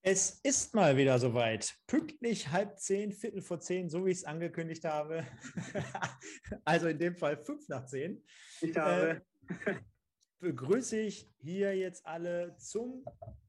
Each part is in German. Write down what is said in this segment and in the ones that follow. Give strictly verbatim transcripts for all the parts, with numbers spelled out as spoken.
Es ist mal wieder soweit. Pünktlich halb zehn, Viertel vor zehn, so wie ich es angekündigt habe. Also in dem Fall fünf nach zehn. Ich Äh, habe. begrüße ich hier jetzt alle zum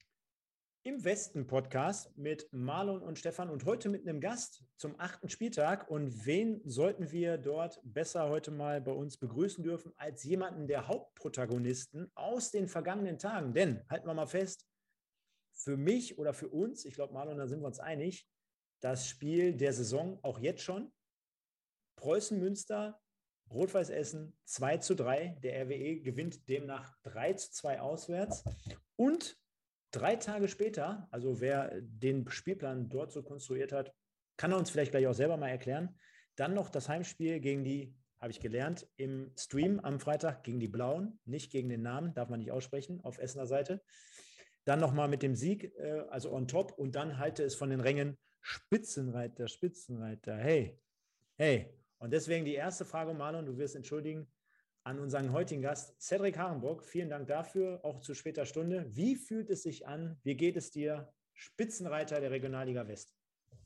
Im Westen Podcast mit Marlon und Stefan und heute mit einem Gast zum achten Spieltag. Und wen sollten wir dort besser heute mal bei uns begrüßen dürfen als jemanden der Hauptprotagonisten aus den vergangenen Tagen? Denn, halten wir mal fest, für mich oder für uns, ich glaube, Marlon, da sind wir uns einig, das Spiel der Saison auch jetzt schon. Preußen-Münster, Rot-Weiß Essen zwei zu drei. Der R W E gewinnt demnach drei zu zwei auswärts. Und drei Tage später, also wer den Spielplan dort so konstruiert hat, kann er uns vielleicht gleich auch selber mal erklären. Dann noch das Heimspiel gegen die, habe ich gelernt, im Stream am Freitag gegen die Blauen, nicht gegen den Namen, darf man nicht aussprechen, auf Essener Seite. Dann nochmal mit dem Sieg, äh, also on top. Und dann halte es von den Rängen Spitzenreiter, Spitzenreiter. Hey, hey. Und deswegen die erste Frage, Marlon, du wirst entschuldigen, an unseren heutigen Gast, Cedric Harenbrock. Vielen Dank dafür, auch zu später Stunde. Wie fühlt es sich an? Wie geht es dir? Spitzenreiter der Regionalliga West.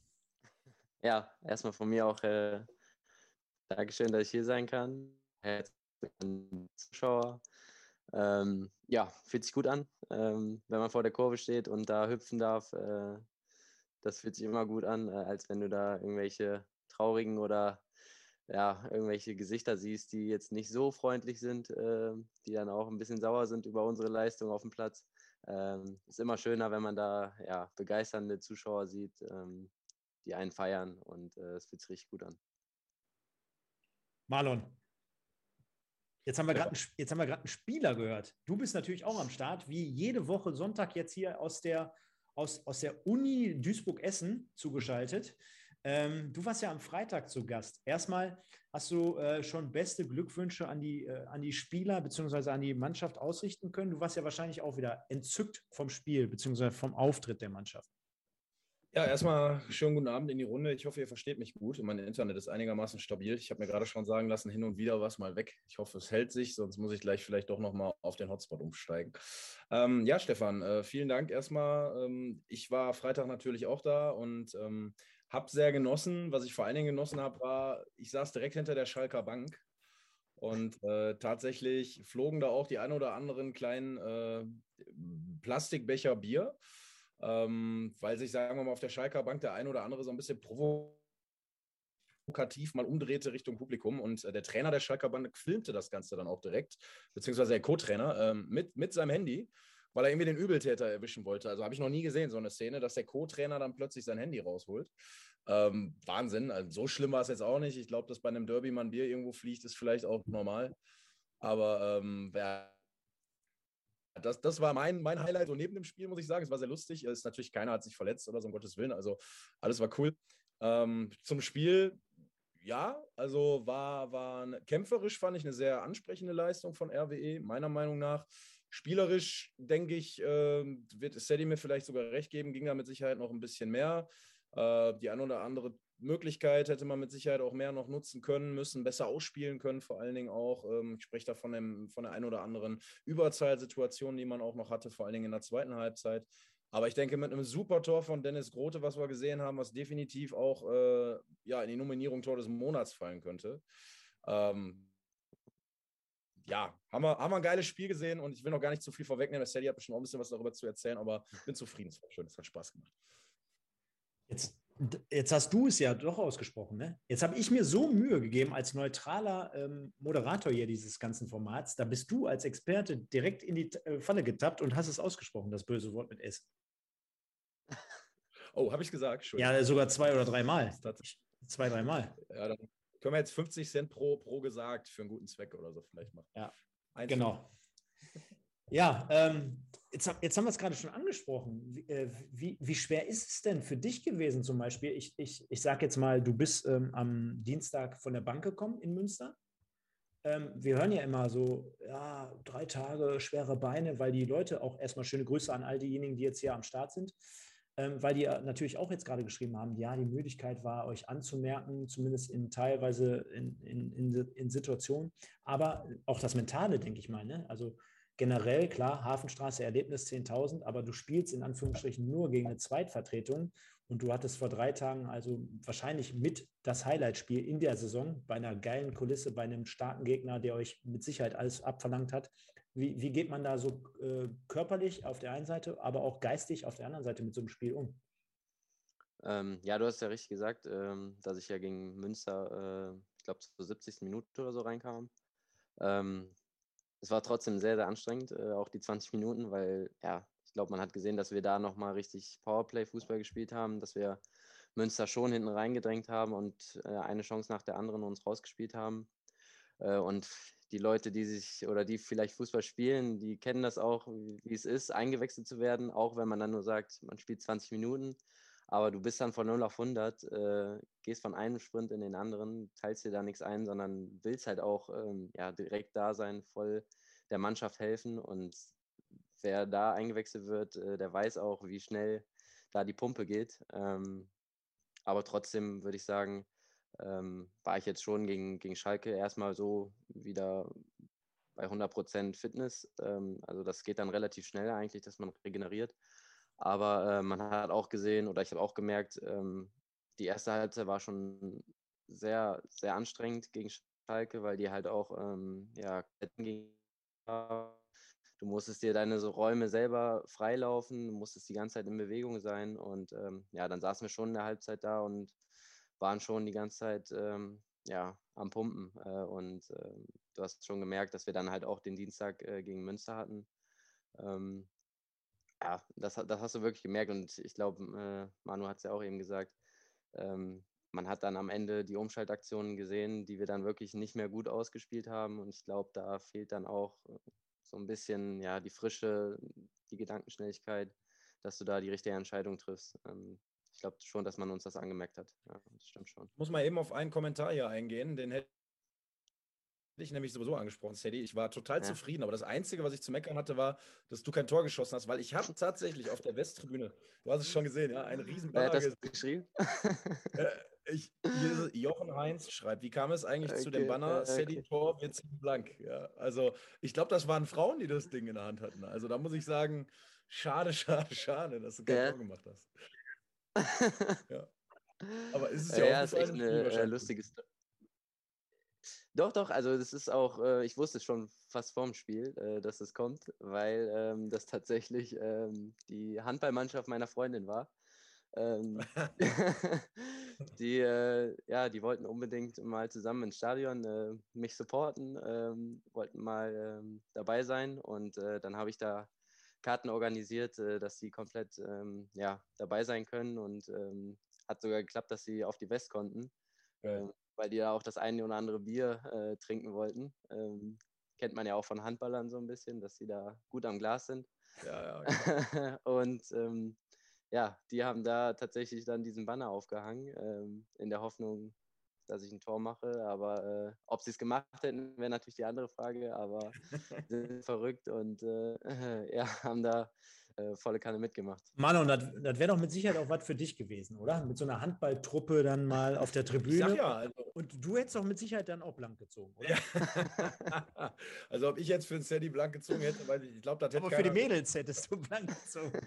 Ja, erstmal von mir auch äh, Dankeschön, dass ich hier sein kann. Herzlich willkommen, Zuschauer. Ähm, ja, fühlt sich gut an, ähm, wenn man vor der Kurve steht und da hüpfen darf. Äh, das fühlt sich immer gut an, äh, als wenn du da irgendwelche traurigen oder ja, irgendwelche Gesichter siehst, die jetzt nicht so freundlich sind, äh, die dann auch ein bisschen sauer sind über unsere Leistung auf dem Platz. Ähm, ist immer schöner, wenn man da ja, begeisternde Zuschauer sieht, ähm, die einen feiern und äh, es fühlt sich richtig gut an. Marlon, jetzt haben wir gerade einen, einen Spieler gehört. Du bist natürlich auch am Start, wie jede Woche Sonntag jetzt hier aus der, aus, aus der Uni Duisburg-Essen zugeschaltet. Ähm, du warst ja am Freitag zu Gast. Erstmal hast du äh, schon beste Glückwünsche an die, äh, an die Spieler bzw. an die Mannschaft ausrichten können. Du warst ja wahrscheinlich auch wieder entzückt vom Spiel bzw. vom Auftritt der Mannschaft. Ja, erstmal schönen guten Abend in die Runde. Ich hoffe, ihr versteht mich gut. Mein Internet ist einigermaßen stabil. Ich habe mir gerade schon sagen lassen, hin und wieder war es mal weg. Ich hoffe, es hält sich, sonst muss ich gleich vielleicht doch nochmal auf den Hotspot umsteigen. Ähm, ja, Stefan, äh, vielen Dank erstmal. Ähm, ich war Freitag natürlich auch da und ähm, habe sehr genossen. Was ich vor allen Dingen genossen habe, war, ich saß direkt hinter der Schalker Bank und äh, tatsächlich flogen da auch die ein oder anderen kleinen äh, Plastikbecher Bier. Ähm, weil sich, sagen wir mal, auf der Schalker Bank der ein oder andere so ein bisschen provokativ mal umdrehte Richtung Publikum und äh, der Trainer der Schalker Bank filmte das Ganze dann auch direkt, beziehungsweise der Co-Trainer ähm, mit, mit seinem Handy, weil er irgendwie den Übeltäter erwischen wollte. Also habe ich noch nie gesehen, so eine Szene, dass der Co-Trainer dann plötzlich sein Handy rausholt. Ähm, Wahnsinn, also so schlimm war es jetzt auch nicht. Ich glaube, dass bei einem Derby mal ein Bier irgendwo fliegt, ist vielleicht auch normal. Aber ähm, wer Das, das war mein, mein Highlight. Und neben dem Spiel muss ich sagen, es war sehr lustig. Es ist natürlich, keiner hat sich verletzt oder so, um Gottes Willen. Also alles war cool. Ähm, zum Spiel, ja, also war, war kämpferisch, fand ich eine sehr ansprechende Leistung von R W E, meiner Meinung nach. Spielerisch, denke ich, äh, wird Sadie mir vielleicht sogar recht geben, ging da mit Sicherheit noch ein bisschen mehr. Äh, die eine oder andere Möglichkeit hätte man mit Sicherheit auch mehr noch nutzen können, müssen, besser ausspielen können, vor allen Dingen auch. Ähm, ich spreche da von, dem, von der einen oder anderen Überzahlsituation, die man auch noch hatte, vor allen Dingen in der zweiten Halbzeit. Aber ich denke, mit einem super Tor von Dennis Grote, was wir gesehen haben, was definitiv auch äh, ja, in die Nominierung Tor des Monats fallen könnte. Ähm, ja, haben wir, haben wir ein geiles Spiel gesehen und ich will noch gar nicht zu viel vorwegnehmen. Sadie hat bestimmt auch ein bisschen was darüber zu erzählen, aber ich bin zufrieden. Es war schön, es hat Spaß gemacht. Jetzt, jetzt hast du es ja doch ausgesprochen, ne? Jetzt habe ich mir so Mühe gegeben als neutraler ähm, Moderator hier dieses ganzen Formats. Da bist du als Experte direkt in die äh, Falle getappt und hast es ausgesprochen, das böse Wort mit S. Oh, habe ich gesagt? Ja, sogar zwei oder dreimal. Zwei, dreimal. Ja, dann können wir jetzt fünfzig Cent pro, pro gesagt für einen guten Zweck oder so vielleicht machen. Ja, Eins genau. Ja, ähm, jetzt, jetzt haben wir es gerade schon angesprochen. Wie, äh, wie, wie schwer ist es denn für dich gewesen zum Beispiel? Ich, ich, ich sage jetzt mal, du bist ähm, am Dienstag von der Bank gekommen in Münster. Ähm, wir hören ja immer so, ja, drei Tage, schwere Beine, weil die Leute auch erstmal schöne Grüße an all diejenigen, die jetzt hier am Start sind, ähm, weil die natürlich auch jetzt gerade geschrieben haben, ja, die Müdigkeit war euch anzumerken, zumindest in teilweise in, in, in, in Situationen, aber auch das Mentale, denke ich mal, ne? Also generell, klar, Hafenstraße, Erlebnis zehntausend, aber du spielst in Anführungsstrichen nur gegen eine Zweitvertretung und du hattest vor drei Tagen also wahrscheinlich mit das Highlight-Spiel in der Saison bei einer geilen Kulisse, bei einem starken Gegner, der euch mit Sicherheit alles abverlangt hat. Wie, wie geht man da so äh, körperlich auf der einen Seite, aber auch geistig auf der anderen Seite mit so einem Spiel um? Ähm, ja, du hast ja richtig gesagt, ähm, dass ich ja gegen Münster, äh, ich glaube, zur siebzigsten Minute oder so reinkam. Ähm, es war trotzdem sehr, sehr anstrengend, äh, auch die zwanzig Minuten, weil, ja, ich glaube, man hat gesehen, dass wir da nochmal richtig Powerplay-Fußball gespielt haben, dass wir Münster schon hinten reingedrängt haben und äh, eine Chance nach der anderen uns rausgespielt haben. Äh, und die Leute, die sich oder die vielleicht Fußball spielen, die kennen das auch, wie, wie es ist, eingewechselt zu werden, auch wenn man dann nur sagt, man spielt zwanzig Minuten. Aber du bist dann von null auf hundert, äh, gehst von einem Sprint in den anderen, teilst dir da nichts ein, sondern willst halt auch ähm, ja, direkt da sein, voll der Mannschaft helfen. Und wer da eingewechselt wird, äh, der weiß auch, wie schnell da die Pumpe geht. Ähm, aber trotzdem würde ich sagen, ähm, war ich jetzt schon gegen, gegen Schalke erstmal so wieder bei hundert Prozent Fitness. Ähm, also das geht dann relativ schnell eigentlich, dass man regeneriert. Aber äh, man hat auch gesehen oder ich habe auch gemerkt, ähm, die erste Halbzeit war schon sehr, sehr anstrengend gegen Schalke, weil die halt auch ähm, ja, du musstest dir deine so Räume selber freilaufen, du musstest die ganze Zeit in Bewegung sein und ähm, ja, dann saßen wir schon in der Halbzeit da und waren schon die ganze Zeit ähm, ja, am Pumpen äh, und ähm, du hast schon gemerkt, dass wir dann halt auch den Dienstag äh, gegen Münster hatten. Ähm, ja, das, das hast du wirklich gemerkt und ich glaube, äh, Manu hat es ja auch eben gesagt, ähm, man hat dann am Ende die Umschaltaktionen gesehen, die wir dann wirklich nicht mehr gut ausgespielt haben und ich glaube, da fehlt dann auch so ein bisschen ja, die Frische, die Gedankenschnelligkeit, dass du da die richtige Entscheidung triffst. Ähm, ich glaube schon, dass man uns das angemerkt hat. Ja, das stimmt schon. Ich muss mal eben auf einen Kommentar hier eingehen, den hätte ich nämlich sowieso angesprochen, Sadie. Ich war total Ja. zufrieden, aber das Einzige, was ich zu meckern hatte, war, dass du kein Tor geschossen hast, weil ich habe tatsächlich auf der Westtribüne, du hast es schon gesehen, ja, einen riesen Wer hat Banner das gesehen. geschrieben? Äh, ich, hier ist es, Jochen Heinz schreibt, wie kam es eigentlich zu dem Okay, Banner, äh, Sadie okay. Tor, wir ziehen blank. Ja, also ich glaube, das waren Frauen, die das Ding in der Hand hatten. Also da muss ich sagen, schade, schade, schade, dass du kein Ja. Tor gemacht hast. Ja. Aber ist es dir Äh, ja, ist aufgefallen echt im Spiel eine äh, wahrscheinlich? lustige Story. Doch, doch, also das ist auch, äh, ich wusste schon fast vorm Spiel, äh, dass es kommt, weil ähm, das tatsächlich ähm, die Handballmannschaft meiner Freundin war. Ähm, die, äh, ja, die wollten unbedingt mal zusammen ins Stadion äh, mich supporten, ähm, wollten mal ähm, dabei sein und äh, dann habe ich da Karten organisiert, äh, dass sie komplett ähm, ja, dabei sein können und ähm, hat sogar geklappt, dass sie auf die West konnten, Geil. ähm, weil die ja auch das eine oder andere Bier äh, trinken wollten. Ähm, kennt man ja auch von Handballern so ein bisschen, dass sie da gut am Glas sind. Ja, ja, klar. Und ähm, ja, die haben da tatsächlich dann diesen Banner aufgehangen, ähm, in der Hoffnung, dass ich ein Tor mache. Aber äh, ob sie es gemacht hätten, wäre natürlich die andere Frage. Aber sie sind verrückt und äh, ja, haben da äh, volle Kanne mitgemacht. Marlon, das, das wäre doch mit Sicherheit auch was für dich gewesen, oder? Mit so einer Handballtruppe dann mal auf der Ich sag Tribüne. ja, also, Und du hättest doch mit Sicherheit dann auch blank gezogen, oder? ja. Also ob ich jetzt für einen Sadie blank gezogen hätte, weil ich, ich glaube, das hätte Aber für die keiner. Mädels hättest du blank gezogen.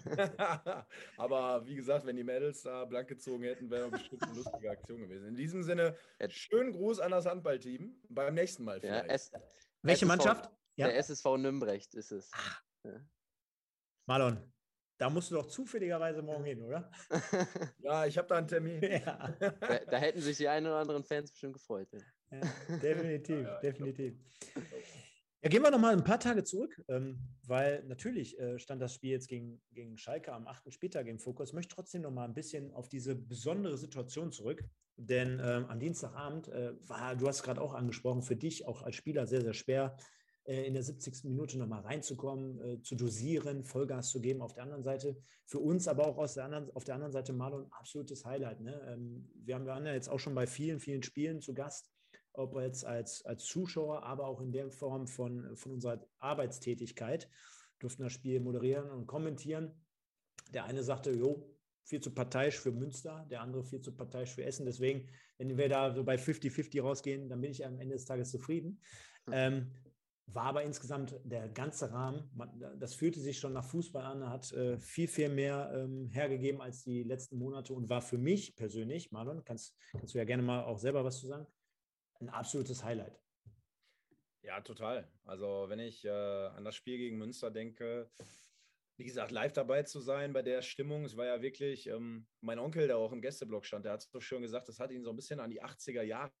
Aber wie gesagt, wenn die Mädels da blank gezogen hätten, wäre bestimmt eine lustige Aktion gewesen. In diesem Sinne, Ja, schönen Gruß an das Handballteam. Beim nächsten Mal ja, vielleicht. S Welche SSV, Mannschaft? der Ja, S S V Nümbrecht ist es. Ja. Marlon, da musst du doch zufälligerweise morgen hin, oder? Ja, ich habe da einen Termin. Ja, Da, da hätten sich die einen oder anderen Fans bestimmt gefreut. Ja. ja, definitiv, Ja, ich glaube definitiv. auch. Ich glaub auch. Ja, gehen wir nochmal ein paar Tage zurück, ähm, weil natürlich äh, stand das Spiel jetzt gegen, gegen Schalke am achten Spieltag im Fokus. Ich möchte trotzdem nochmal ein bisschen auf diese besondere Situation zurück, denn ähm, am Dienstagabend äh, war, du hast es gerade auch angesprochen, für dich auch als Spieler sehr, sehr schwer, äh, in der siebzigsten Minute nochmal reinzukommen, äh, zu dosieren, Vollgas zu geben auf der anderen Seite. Für uns aber auch aus der anderen, auf der anderen Seite Marlon ein absolutes Highlight. Ne? Ähm, wir haben, wir waren ja jetzt auch schon bei vielen, vielen Spielen zu Gast, ob jetzt als, als Zuschauer, aber auch in der Form von, von unserer Arbeitstätigkeit, durften das Spiel moderieren und kommentieren. Der eine sagte, jo, viel zu parteiisch für Münster, der andere viel zu parteiisch für Essen. Deswegen, wenn wir da so bei fünfzig fünfzig rausgehen, dann bin ich am Ende des Tages zufrieden. Ähm, war aber insgesamt der ganze Rahmen, man, das fühlte sich schon nach Fußball an, hat äh, viel, viel mehr ähm, hergegeben als die letzten Monate und war für mich persönlich, Marlon, kannst, kannst du ja gerne mal auch selber was zu sagen, ein absolutes Highlight. Ja, total. Also wenn ich äh, an das Spiel gegen Münster denke, wie gesagt, live dabei zu sein bei der Stimmung, es war ja wirklich, ähm, mein Onkel, der auch im Gästeblock stand, der hat so schön gesagt, das hat ihn so ein bisschen an die achtziger Jahre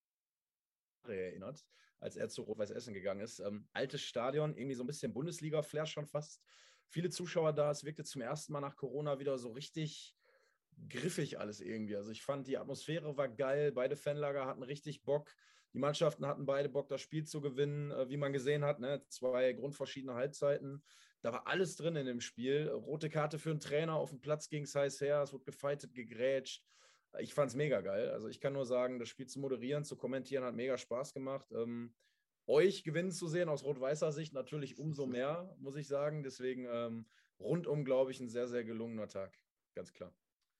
erinnert, als er zu Rot-Weiß Essen gegangen ist. Ähm, altes Stadion, irgendwie so ein bisschen Bundesliga-Flair schon fast. Viele Zuschauer da, es wirkte zum ersten Mal nach Corona wieder so richtig griffig alles irgendwie. Also ich fand, die Atmosphäre war geil, beide Fanlager hatten richtig Bock. Die Mannschaften hatten beide Bock, das Spiel zu gewinnen, äh, wie man gesehen hat, ne? Zwei grundverschiedene Halbzeiten. Da war alles drin in dem Spiel. Rote Karte für einen Trainer, auf dem Platz ging es heiß her, es wurde gefeitet, gegrätscht. Ich fand es mega geil. Also ich kann nur sagen, das Spiel zu moderieren, zu kommentieren, hat mega Spaß gemacht. Ähm, euch gewinnen zu sehen aus rot-weißer Sicht natürlich umso mehr, muss ich sagen. Deswegen ähm, rundum, glaube ich, ein sehr, sehr gelungener Tag. Ganz klar.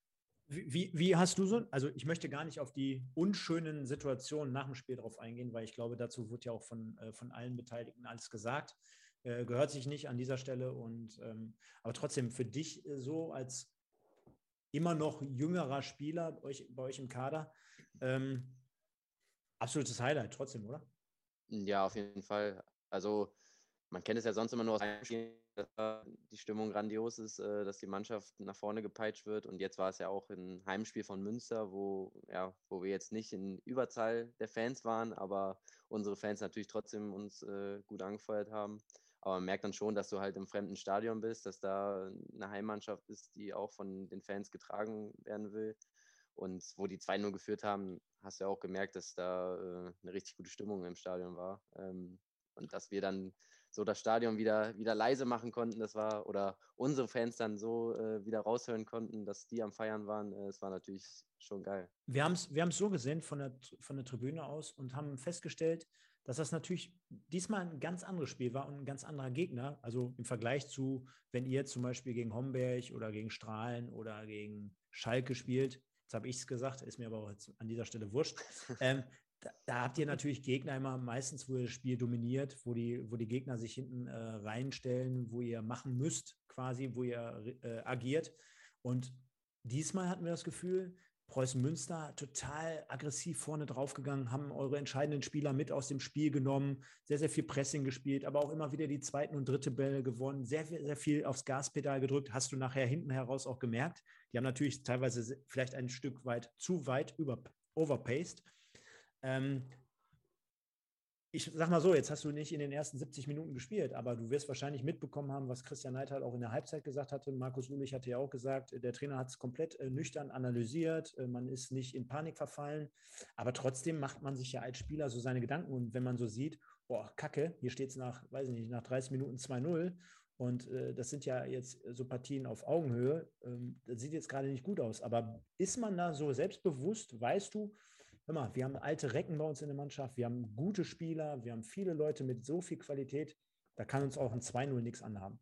Wie, wie hast du so, also ich möchte gar nicht auf die unschönen Situationen nach dem Spiel drauf eingehen, weil ich glaube, dazu wurde ja auch von, äh, von allen Beteiligten alles gesagt. Äh, gehört sich nicht an dieser Stelle. Und ähm, aber trotzdem für dich äh, so als immer noch jüngerer Spieler bei euch, bei euch im Kader, ähm, absolutes Highlight trotzdem, oder? Ja, auf jeden Fall. Also man kennt es ja sonst immer nur aus Heimspielen, dass da die Stimmung grandios ist, äh, dass die Mannschaft nach vorne gepeitscht wird. Und jetzt war es ja auch ein Heimspiel von Münster, wo, ja, wo wir jetzt nicht in Überzahl der Fans waren, aber unsere Fans natürlich trotzdem uns äh, gut angefeuert haben. Aber man merkt dann schon, dass du halt im fremden Stadion bist, dass da eine Heimmannschaft ist, die auch von den Fans getragen werden will. Und wo die zwei null geführt haben, hast du ja auch gemerkt, dass da äh, eine richtig gute Stimmung im Stadion war. Ähm, und dass wir dann so das Stadion wieder, wieder leise machen konnten, das war, oder unsere Fans dann so äh, wieder raushören konnten, dass die am Feiern waren, äh, das war natürlich schon geil. Wir haben es wir haben's so gesehen von der, von der Tribüne aus und haben festgestellt, dass das natürlich diesmal ein ganz anderes Spiel war und ein ganz anderer Gegner. Also im Vergleich zu, wenn ihr zum Beispiel gegen Homberg oder gegen Strahlen oder gegen Schalke spielt. Jetzt habe ich es gesagt, ist mir aber auch jetzt an dieser Stelle wurscht. Ähm, da, da habt ihr natürlich Gegner immer meistens, wo ihr das Spiel dominiert, wo die, wo die Gegner sich hinten äh, reinstellen, wo ihr machen müsst, quasi, wo ihr äh, agiert. Und diesmal hatten wir das Gefühl, Preußen Münster total aggressiv vorne draufgegangen, haben eure entscheidenden Spieler mit aus dem Spiel genommen, sehr, sehr viel Pressing gespielt, aber auch immer wieder die zweiten und dritte Bälle gewonnen, sehr, sehr viel aufs Gaspedal gedrückt, hast du nachher hinten heraus auch gemerkt. Die haben natürlich teilweise vielleicht ein Stück weit zu weit über, overpaced. Ähm, ich sag mal so, jetzt hast du nicht in den ersten siebzig Minuten gespielt, aber du wirst wahrscheinlich mitbekommen haben, was Christian Neidhardt auch in der Halbzeit gesagt hatte. Markus Ulich hatte ja auch gesagt, der Trainer hat es komplett äh, nüchtern analysiert, äh, man ist nicht in Panik verfallen, aber trotzdem macht man sich ja als Spieler so seine Gedanken und wenn man so sieht, boah, Kacke, hier steht es nach, weiß ich nicht, nach dreißig Minuten zwei null und äh, das sind ja jetzt so Partien auf Augenhöhe, ähm, das sieht jetzt gerade nicht gut aus, aber ist man da so selbstbewusst, weißt du, hör mal, wir haben alte Recken bei uns in der Mannschaft, wir haben gute Spieler, wir haben viele Leute mit so viel Qualität, da kann uns auch ein zwei null nichts anhaben.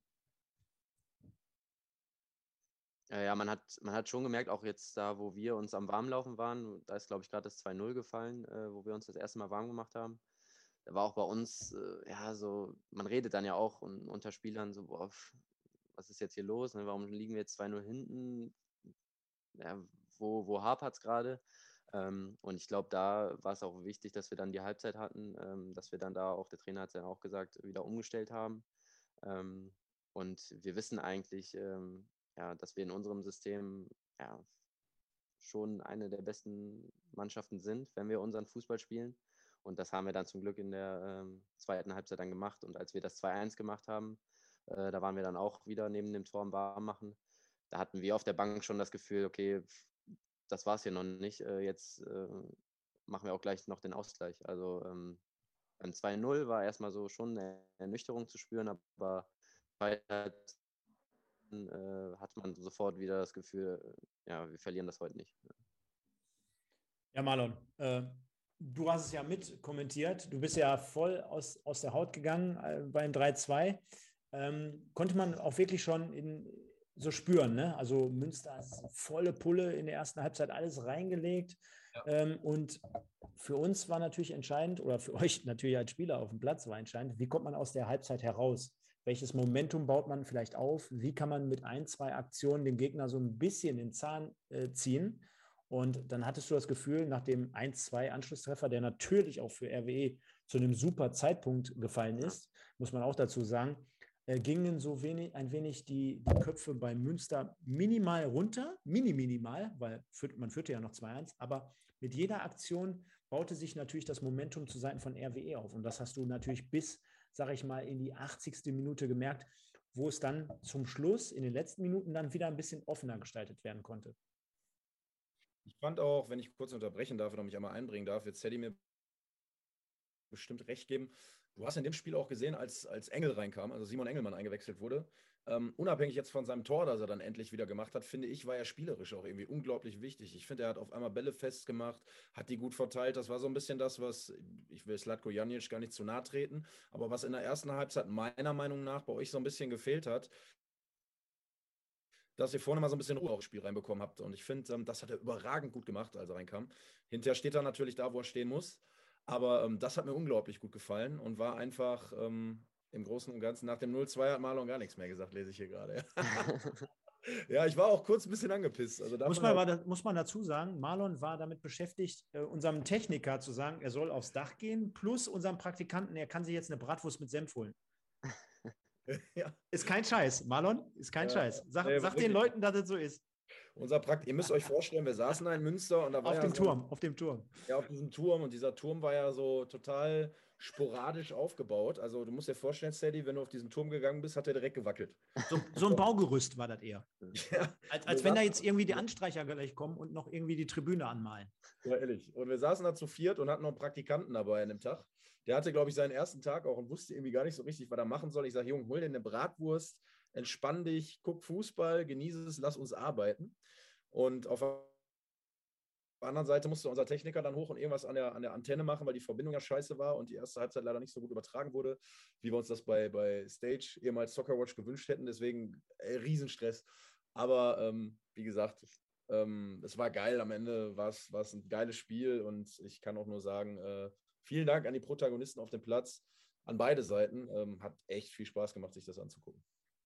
Ja, man hat, man hat schon gemerkt, auch jetzt da, wo wir uns am Warmlaufen waren, da ist, glaube ich, gerade das zwei null gefallen, äh, wo wir uns das erste Mal warm gemacht haben. Da war auch bei uns, äh, ja, so, man redet dann ja auch un, unter Spielern so, boah, was ist jetzt hier los? Ne? Warum liegen wir jetzt zwei null hinten? Ja, wo, wo hapert es gerade? Ähm, und ich glaube, da war es auch wichtig, dass wir dann die Halbzeit hatten, ähm, dass wir dann da auch, der Trainer hat es ja auch gesagt, wieder umgestellt haben. Ähm, und wir wissen eigentlich, ähm, ja, dass wir in unserem System ja, schon eine der besten Mannschaften sind, wenn wir unseren Fußball spielen. Und das haben wir dann zum Glück in der ähm, zweiten Halbzeit dann gemacht. Und als wir das zwei eins gemacht haben, äh, da waren wir dann auch wieder neben dem Tor am Warmmachen. Da hatten wir auf der Bank schon das Gefühl, okay, das war es hier noch nicht. Äh, jetzt äh, machen wir auch gleich noch den Ausgleich. Also ähm, beim zwei null war erstmal so schon eine Ernüchterung zu spüren, aber weiter äh, hat man sofort wieder das Gefühl, ja, wir verlieren das heute nicht. Ja, Marlon, äh, du hast es ja mit kommentiert. Du bist ja voll aus, aus der Haut gegangen äh, beim drei zwei. Ähm, konnte man auch wirklich schon in, so spüren. Ne? Also Münster ist volle Pulle in der ersten Halbzeit alles reingelegt. Ja. Ähm, und für uns war natürlich entscheidend, oder für euch natürlich als Spieler auf dem Platz war entscheidend, wie kommt man aus der Halbzeit heraus? Welches Momentum baut man vielleicht auf? Wie kann man mit ein, zwei Aktionen den Gegner so ein bisschen den Zahn äh, ziehen? Und dann hattest du das Gefühl, nach dem eins zwei Anschlusstreffer, der natürlich auch für R W E zu einem super Zeitpunkt gefallen ist, muss man auch dazu sagen, äh, gingen so wenig, ein wenig die, die Köpfe bei Münster minimal runter, mini-minimal, weil führt, man führte ja noch zwei eins, aber mit jeder Aktion baute sich natürlich das Momentum zu Seiten von R W E auf. Und das hast du natürlich bis, sage ich mal, in die achtzigste Minute gemerkt, wo es dann zum Schluss in den letzten Minuten dann wieder ein bisschen offener gestaltet werden konnte. Ich fand auch, wenn ich kurz unterbrechen darf oder mich einmal einbringen darf, wird Sadie mir bestimmt recht geben. Du hast in dem Spiel auch gesehen, als, als Engel reinkam, also Simon Engelmann eingewechselt wurde, ähm, unabhängig jetzt von seinem Tor, das er dann endlich wieder gemacht hat, finde ich, war er spielerisch auch irgendwie unglaublich wichtig. Ich finde, er hat auf einmal Bälle festgemacht, hat die gut verteilt. Das war so ein bisschen das, was, ich will Slatko Janic gar nicht zu nahe treten, aber was in der ersten Halbzeit meiner Meinung nach bei euch so ein bisschen gefehlt hat, dass ihr vorne mal so ein bisschen Ruhe aufs Spiel reinbekommen habt. Und ich finde, ähm, das hat er überragend gut gemacht, als er reinkam. Hinterher steht er natürlich da, wo er stehen muss. Aber ähm, das hat mir unglaublich gut gefallen und war einfach ähm, im Großen und Ganzen, nach dem null zwei hat Marlon gar nichts mehr gesagt, lese ich hier gerade. Ja, ich war auch kurz ein bisschen angepisst. Also Muss man man, muss man dazu sagen, Marlon war damit beschäftigt, äh, unserem Techniker zu sagen, er soll aufs Dach gehen, plus unserem Praktikanten, er kann sich jetzt eine Bratwurst mit Senf holen. ja. Ist kein Scheiß, Marlon, ist kein Ja, Scheiß. Sag, nee, sag den Leuten, dass es so ist. Unser Prakt, ihr müsst euch vorstellen, wir saßen da in Münster und da war Auf ja dem so, Turm, auf dem Turm. ja, auf diesem Turm und dieser Turm war ja so total sporadisch aufgebaut. Also du musst dir vorstellen, Sadie, wenn du auf diesen Turm gegangen bist, hat er direkt gewackelt. So, so ein Baugerüst war das eher. Ja, Als, als wenn da jetzt irgendwie die Anstreicher gleich kommen und noch irgendwie die Tribüne anmalen. ja, ehrlich. Und wir saßen da zu viert und hatten noch einen Praktikanten dabei an dem Tag. Der hatte, glaube ich, seinen ersten Tag auch und wusste irgendwie gar nicht so richtig, was er machen soll. Ich sage, Junge, hol dir eine Bratwurst, entspann dich, guck Fußball, genieße es, lass uns arbeiten. Und auf der anderen Seite musste unser Techniker dann hoch und irgendwas an der, an der Antenne machen, weil die Verbindung ja scheiße war und die erste Halbzeit leider nicht so gut übertragen wurde, wie wir uns das bei, bei Stage, ehemals Soccerwatch, gewünscht hätten. Deswegen äh, Riesenstress. Aber ähm, wie gesagt, ähm, es war geil. Am Ende war es ein geiles Spiel und ich kann auch nur sagen, äh, vielen Dank an die Protagonisten auf dem Platz, an beide Seiten. Ähm, hat echt viel Spaß gemacht, sich das anzugucken.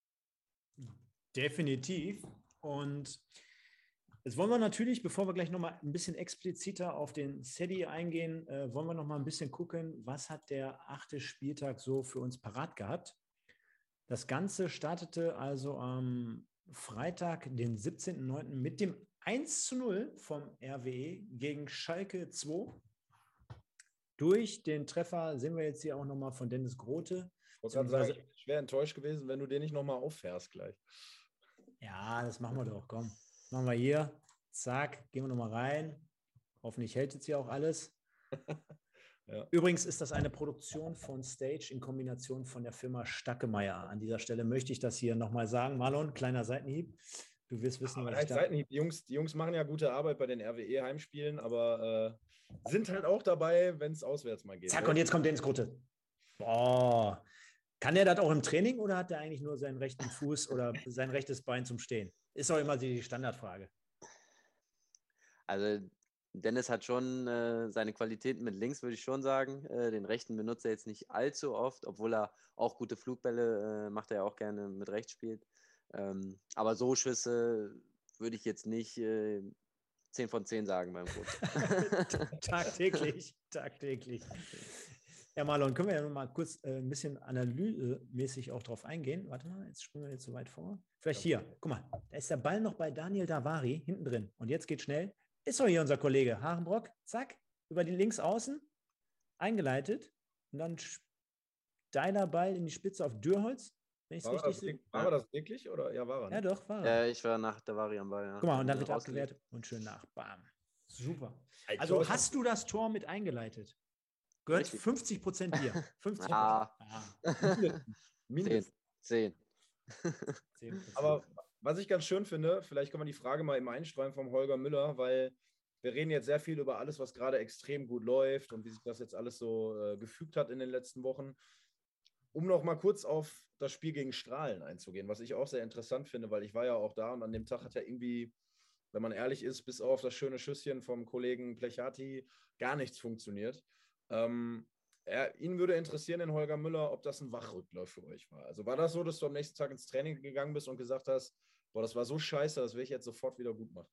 Definitiv. Und jetzt wollen wir natürlich, bevor wir gleich nochmal ein bisschen expliziter auf den Sadie eingehen, äh, wollen wir nochmal ein bisschen gucken, was hat der achte Spieltag so für uns parat gehabt. Das Ganze startete also am Freitag, den siebzehnten neunten mit dem eins zu null vom R W E gegen Schalke zwei. Durch den Treffer sehen wir jetzt hier auch nochmal von Dennis Grote. Ich wollte gerade sagen, ich wäre enttäuscht gewesen, wenn du den nicht nochmal auffährst gleich. Ja, das machen wir doch, komm. Machen wir hier, zack, gehen wir nochmal rein. Hoffentlich hält jetzt hier auch alles. Ja. Übrigens ist das eine Produktion von Stage in Kombination von der Firma Stackemeyer. An dieser Stelle möchte ich das hier nochmal sagen. Marlon, kleiner Seitenhieb. Du wirst wissen, ja, was ich da... Seitenhieb. Die Jungs, die Jungs machen ja gute Arbeit bei den R W E-Heimspielen, aber äh, sind halt auch dabei, wenn es auswärts mal geht. Zack, und jetzt kommt Dennis Grote. Boah. Kann er das auch im Training oder hat er eigentlich nur seinen rechten Fuß oder sein rechtes Bein zum Stehen? Ist auch immer die Standardfrage. Also Dennis hat schon äh, seine Qualitäten mit links, würde ich schon sagen. Äh, den rechten benutzt er jetzt nicht allzu oft, obwohl er auch gute Flugbälle äh, macht, er ja auch gerne mit rechts spielt. Ähm, aber so Schüsse würde ich jetzt nicht äh, zehn von zehn sagen beim Coach. tagtäglich, tagtäglich. Ja, Marlon, können wir ja noch mal kurz äh, ein bisschen analysemäßig auch drauf eingehen. Warte mal, jetzt springen wir jetzt so weit vor. Vielleicht hier, guck mal, da ist der Ball noch bei Daniel Davari hinten drin. Und jetzt geht schnell. Ist doch hier unser Kollege Harenbrock. Zack, über die links außen, eingeleitet. Und dann steiler Ball in die Spitze auf Dürholz. Wenn ich es richtig sehe. War er das wirklich? Oder? Ja, war er. Ne? Ja, doch, war er. Ja, ich war nach Davari am Ball. Ja. Guck mal, und dann wird er abgewehrt und schön nach. Bam. Super. Also, also hast du das Tor mit eingeleitet? Gehört richtig. fünfzig Prozent dir. fünfzig Prozent. Ah. ah. Mindestens. Zehn. Zehn. Aber was ich ganz schön finde, vielleicht kann man die Frage mal im Einstreuen vom Holger Müller, weil wir reden jetzt sehr viel über alles, was gerade extrem gut läuft und wie sich das jetzt alles so äh, gefügt hat in den letzten Wochen. um noch mal kurz auf das Spiel gegen Strahlen einzugehen, was ich auch sehr interessant finde, weil ich war ja auch da und an dem Tag hat ja irgendwie, wenn man ehrlich ist, bis auf das schöne Schüsschen vom Kollegen Plechati gar nichts funktioniert. Ähm, er, ihn würde interessieren, den Holger Müller, ob das ein Wachrüttler für euch war. Also war das so, dass du am nächsten Tag ins Training gegangen bist und gesagt hast, boah, das war so scheiße, das will ich jetzt sofort wieder gut machen?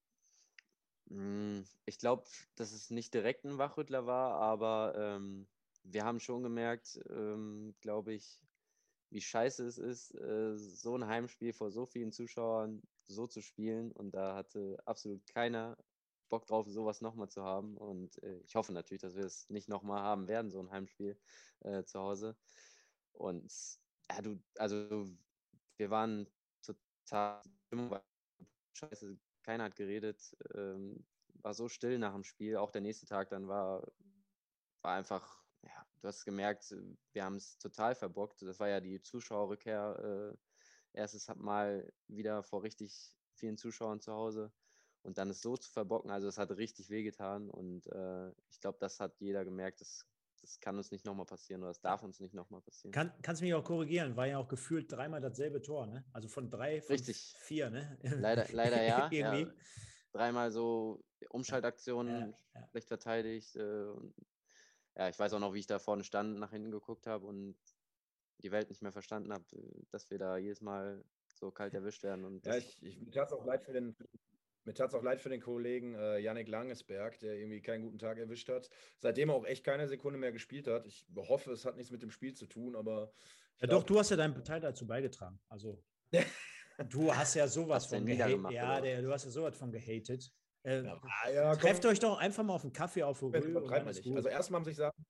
Mm, Ich glaube, dass es nicht direkt ein Wachrüttler war, aber ähm, wir haben schon gemerkt, ähm, glaube ich, wie scheiße es ist, äh, so ein Heimspiel vor so vielen Zuschauern so zu spielen. Und da hatte absolut keiner Bock drauf, sowas nochmal zu haben. Und äh, ich hoffe natürlich, dass wir es nicht nochmal haben werden, so ein Heimspiel äh, zu Hause. Und ja, du, also wir waren total, die Stimmung war scheiße, keiner hat geredet, ähm, war so still nach dem Spiel. Auch der nächste Tag dann war, war einfach, ja, du hast gemerkt, wir haben es total verbockt. Das war ja die Zuschauerrückkehr, äh, erstes Mal wieder vor richtig vielen Zuschauern zu Hause. Und dann es so zu verbocken, also es hat richtig wehgetan. Und äh, ich glaube, das hat jeder gemerkt, das, das kann uns nicht nochmal passieren oder das darf uns nicht nochmal passieren. Kann, kannst mich auch korrigieren, war ja auch gefühlt dreimal dasselbe Tor, ne? Also von drei, von Richtig. vier, ne? Leider, leider ja. Irgendwie. Ja. Dreimal so Umschaltaktionen, Ja, ja. schlecht verteidigt. Äh, und, ja, ich weiß auch noch, wie ich da vorne stand, nach hinten geguckt habe und die Welt nicht mehr verstanden habe, dass wir da jedes Mal so kalt erwischt werden. Und Ja, das, ich, ich, mir tat es auch leid für den, mir tat's auch leid für den Kollegen äh, Yannick Langesberg, der irgendwie keinen guten Tag erwischt hat. Seitdem er auch echt keine Sekunde mehr gespielt hat. Ich hoffe, es hat nichts mit dem Spiel zu tun, aber ich Ja, doch, glaube. du hast ja deinen Teil dazu beigetragen. Also, du hast ja sowas hat's denn von gehatet. niedergemacht, Ja, oder was? der, du hast ja sowas von gehatet. Äh, Ja, ah, ja, trefft komm, euch doch einfach mal auf einen Kaffee auf jetzt Rü und übertreibt dann man ist nicht. Also gut. erstmal muss ich sagen,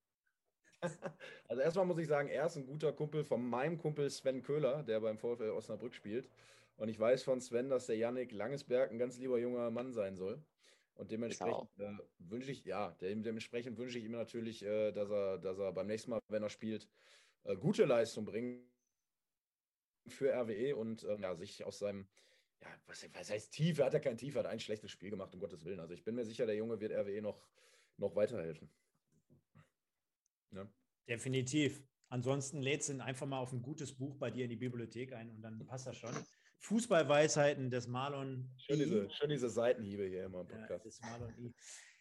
also erstmal muss ich sagen, er ist ein guter Kumpel von meinem Kumpel Sven Köhler, der beim VfL Osnabrück spielt. Und ich weiß von Sven, dass der Yannick Langesberg ein ganz lieber junger Mann sein soll. Und Ist er dementsprechend auch. äh, wünsche ich, ja, dem, dementsprechend wünsche ich ihm natürlich, äh, dass er, dass er beim nächsten Mal, wenn er spielt, äh, gute Leistung bringt für R W E und ähm, ja, sich aus seinem, ja, was, was heißt tief? Er hat ja kein Tief, er hat ein schlechtes Spiel gemacht, um Gottes Willen. Also ich bin mir sicher, der Junge wird R W E noch, noch weiterhelfen. Ja. Definitiv. Ansonsten lädst du ihn einfach mal auf ein gutes Buch bei dir in die Bibliothek ein und dann passt das schon. Fußballweisheiten des Marlon Schön diese, schön diese Seitenhiebe hier immer im Ja, Podcast. des Marlon I.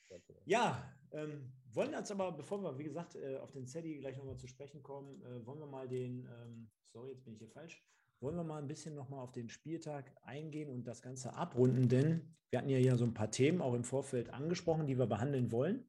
Ja, ähm, wollen jetzt aber, bevor wir, wie gesagt, äh, auf den Zeddy gleich nochmal zu sprechen kommen, äh, wollen wir mal den, ähm, sorry, jetzt bin ich hier falsch, wollen wir mal ein bisschen nochmal auf den Spieltag eingehen und das Ganze abrunden, denn wir hatten ja hier so ein paar Themen auch im Vorfeld angesprochen, die wir behandeln wollen.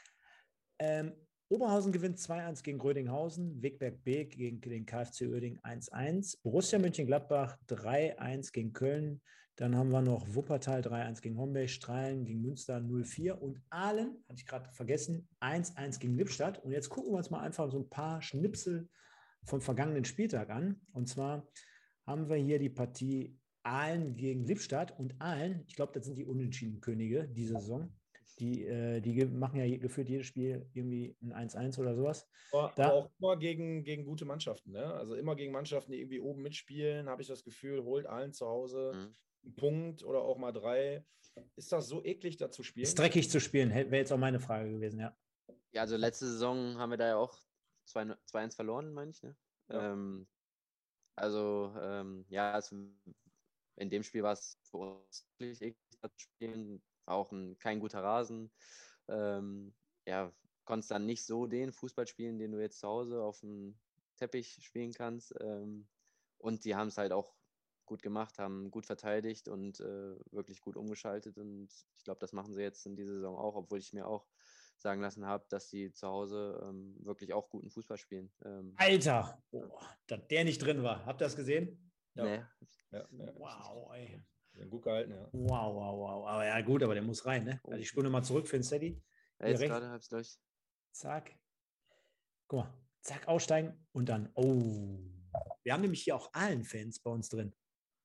Ähm, Oberhausen gewinnt zwei eins gegen Rödinghausen, Wegberg B gegen den KfC Uerdingen eins eins, Borussia Mönchengladbach drei eins gegen Köln, dann haben wir noch Wuppertal drei eins gegen Homberg, Strahlen gegen Münster null vier und Aalen, hatte ich gerade vergessen, eins eins gegen Lippstadt. Und jetzt gucken wir uns mal einfach so ein paar Schnipsel vom vergangenen Spieltag an. Und zwar haben wir hier die Partie Aalen gegen Lippstadt und Aalen, ich glaube, das sind die Unentschieden-Könige diese Saison. Die, äh, die machen ja gefühlt jedes Spiel irgendwie ein eins eins oder sowas. Aber, aber Da, auch immer gegen, gegen gute Mannschaften. Ne? Also immer gegen Mannschaften, die irgendwie oben mitspielen, habe ich das Gefühl, holt allen zu Hause Mhm. einen Punkt oder auch mal drei. Ist das so eklig, da zu spielen? ist dreckig zu spielen, wäre jetzt auch meine Frage gewesen, ja. Ja, also letzte Saison haben wir da ja auch zwei eins verloren, meine ich. Ne? Ja. Ähm, also, ähm, ja, es, in dem Spiel war es für uns wirklich eklig da zu spielen. War auch ein, kein guter Rasen. Ähm, ja, konntest dann nicht so den Fußball spielen, den du jetzt zu Hause auf dem Teppich spielen kannst. Ähm, und die haben es halt auch gut gemacht, haben gut verteidigt und äh, wirklich gut umgeschaltet. Und ich glaube, das machen sie jetzt in dieser Saison auch, obwohl ich mir auch sagen lassen habe, dass sie zu Hause ähm, wirklich auch guten Fußball spielen. Ähm, Alter, oh, dass der nicht drin war. Habt ihr das gesehen? Ja. ne, Ja, ja. Wow, ey. Gut gehalten, ja. Wow, wow, wow. Aber ja, gut, aber der muss rein, ne? Also ich spule nochmal zurück für den Steady. ja, Hier jetzt rechts. gerade habe ich es durch. Zack. Guck mal. Zack, aussteigen und dann. Oh. Wir haben nämlich hier auch Aalen-Fans bei uns drin.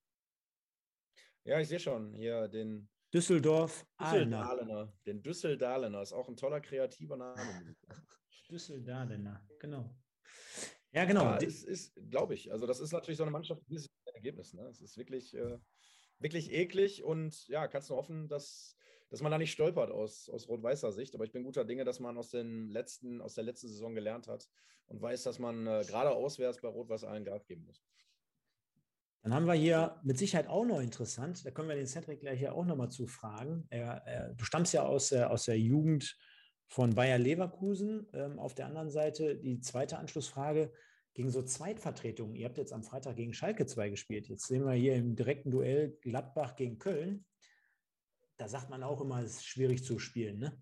Ja, ich sehe schon hier den Düsseldorf, Aalener. Düsseldahlener. Den Düsseldahlener ist auch ein toller, kreativer Name. Düsseldahlener, genau. Ja, genau. Ja, es ist, glaube ich. Also, das ist natürlich so eine Mannschaft, dieses Ergebnis. Ne? Es ist wirklich, äh, wirklich eklig und ja, kannst nur hoffen, dass dass man da nicht stolpert aus, aus rot-weißer Sicht. Aber ich bin guter Dinge, dass man aus, den letzten, aus der letzten Saison gelernt hat und weiß, dass man äh, gerade auswärts bei Rot-Weiß allen Gas geben muss. Dann haben wir hier mit Sicherheit auch noch interessant, da können wir den Cedric gleich ja auch nochmal zu fragen. Er, er, du stammst ja aus der, aus der Jugend von Bayer Leverkusen. Ähm, auf der anderen Seite die zweite Anschlussfrage gegen so Zweitvertretungen. Ihr habt jetzt am Freitag gegen Schalke zwei gespielt. Jetzt sehen wir hier im direkten Duell Gladbach gegen Köln. Da sagt man auch immer, es ist schwierig zu spielen, ne?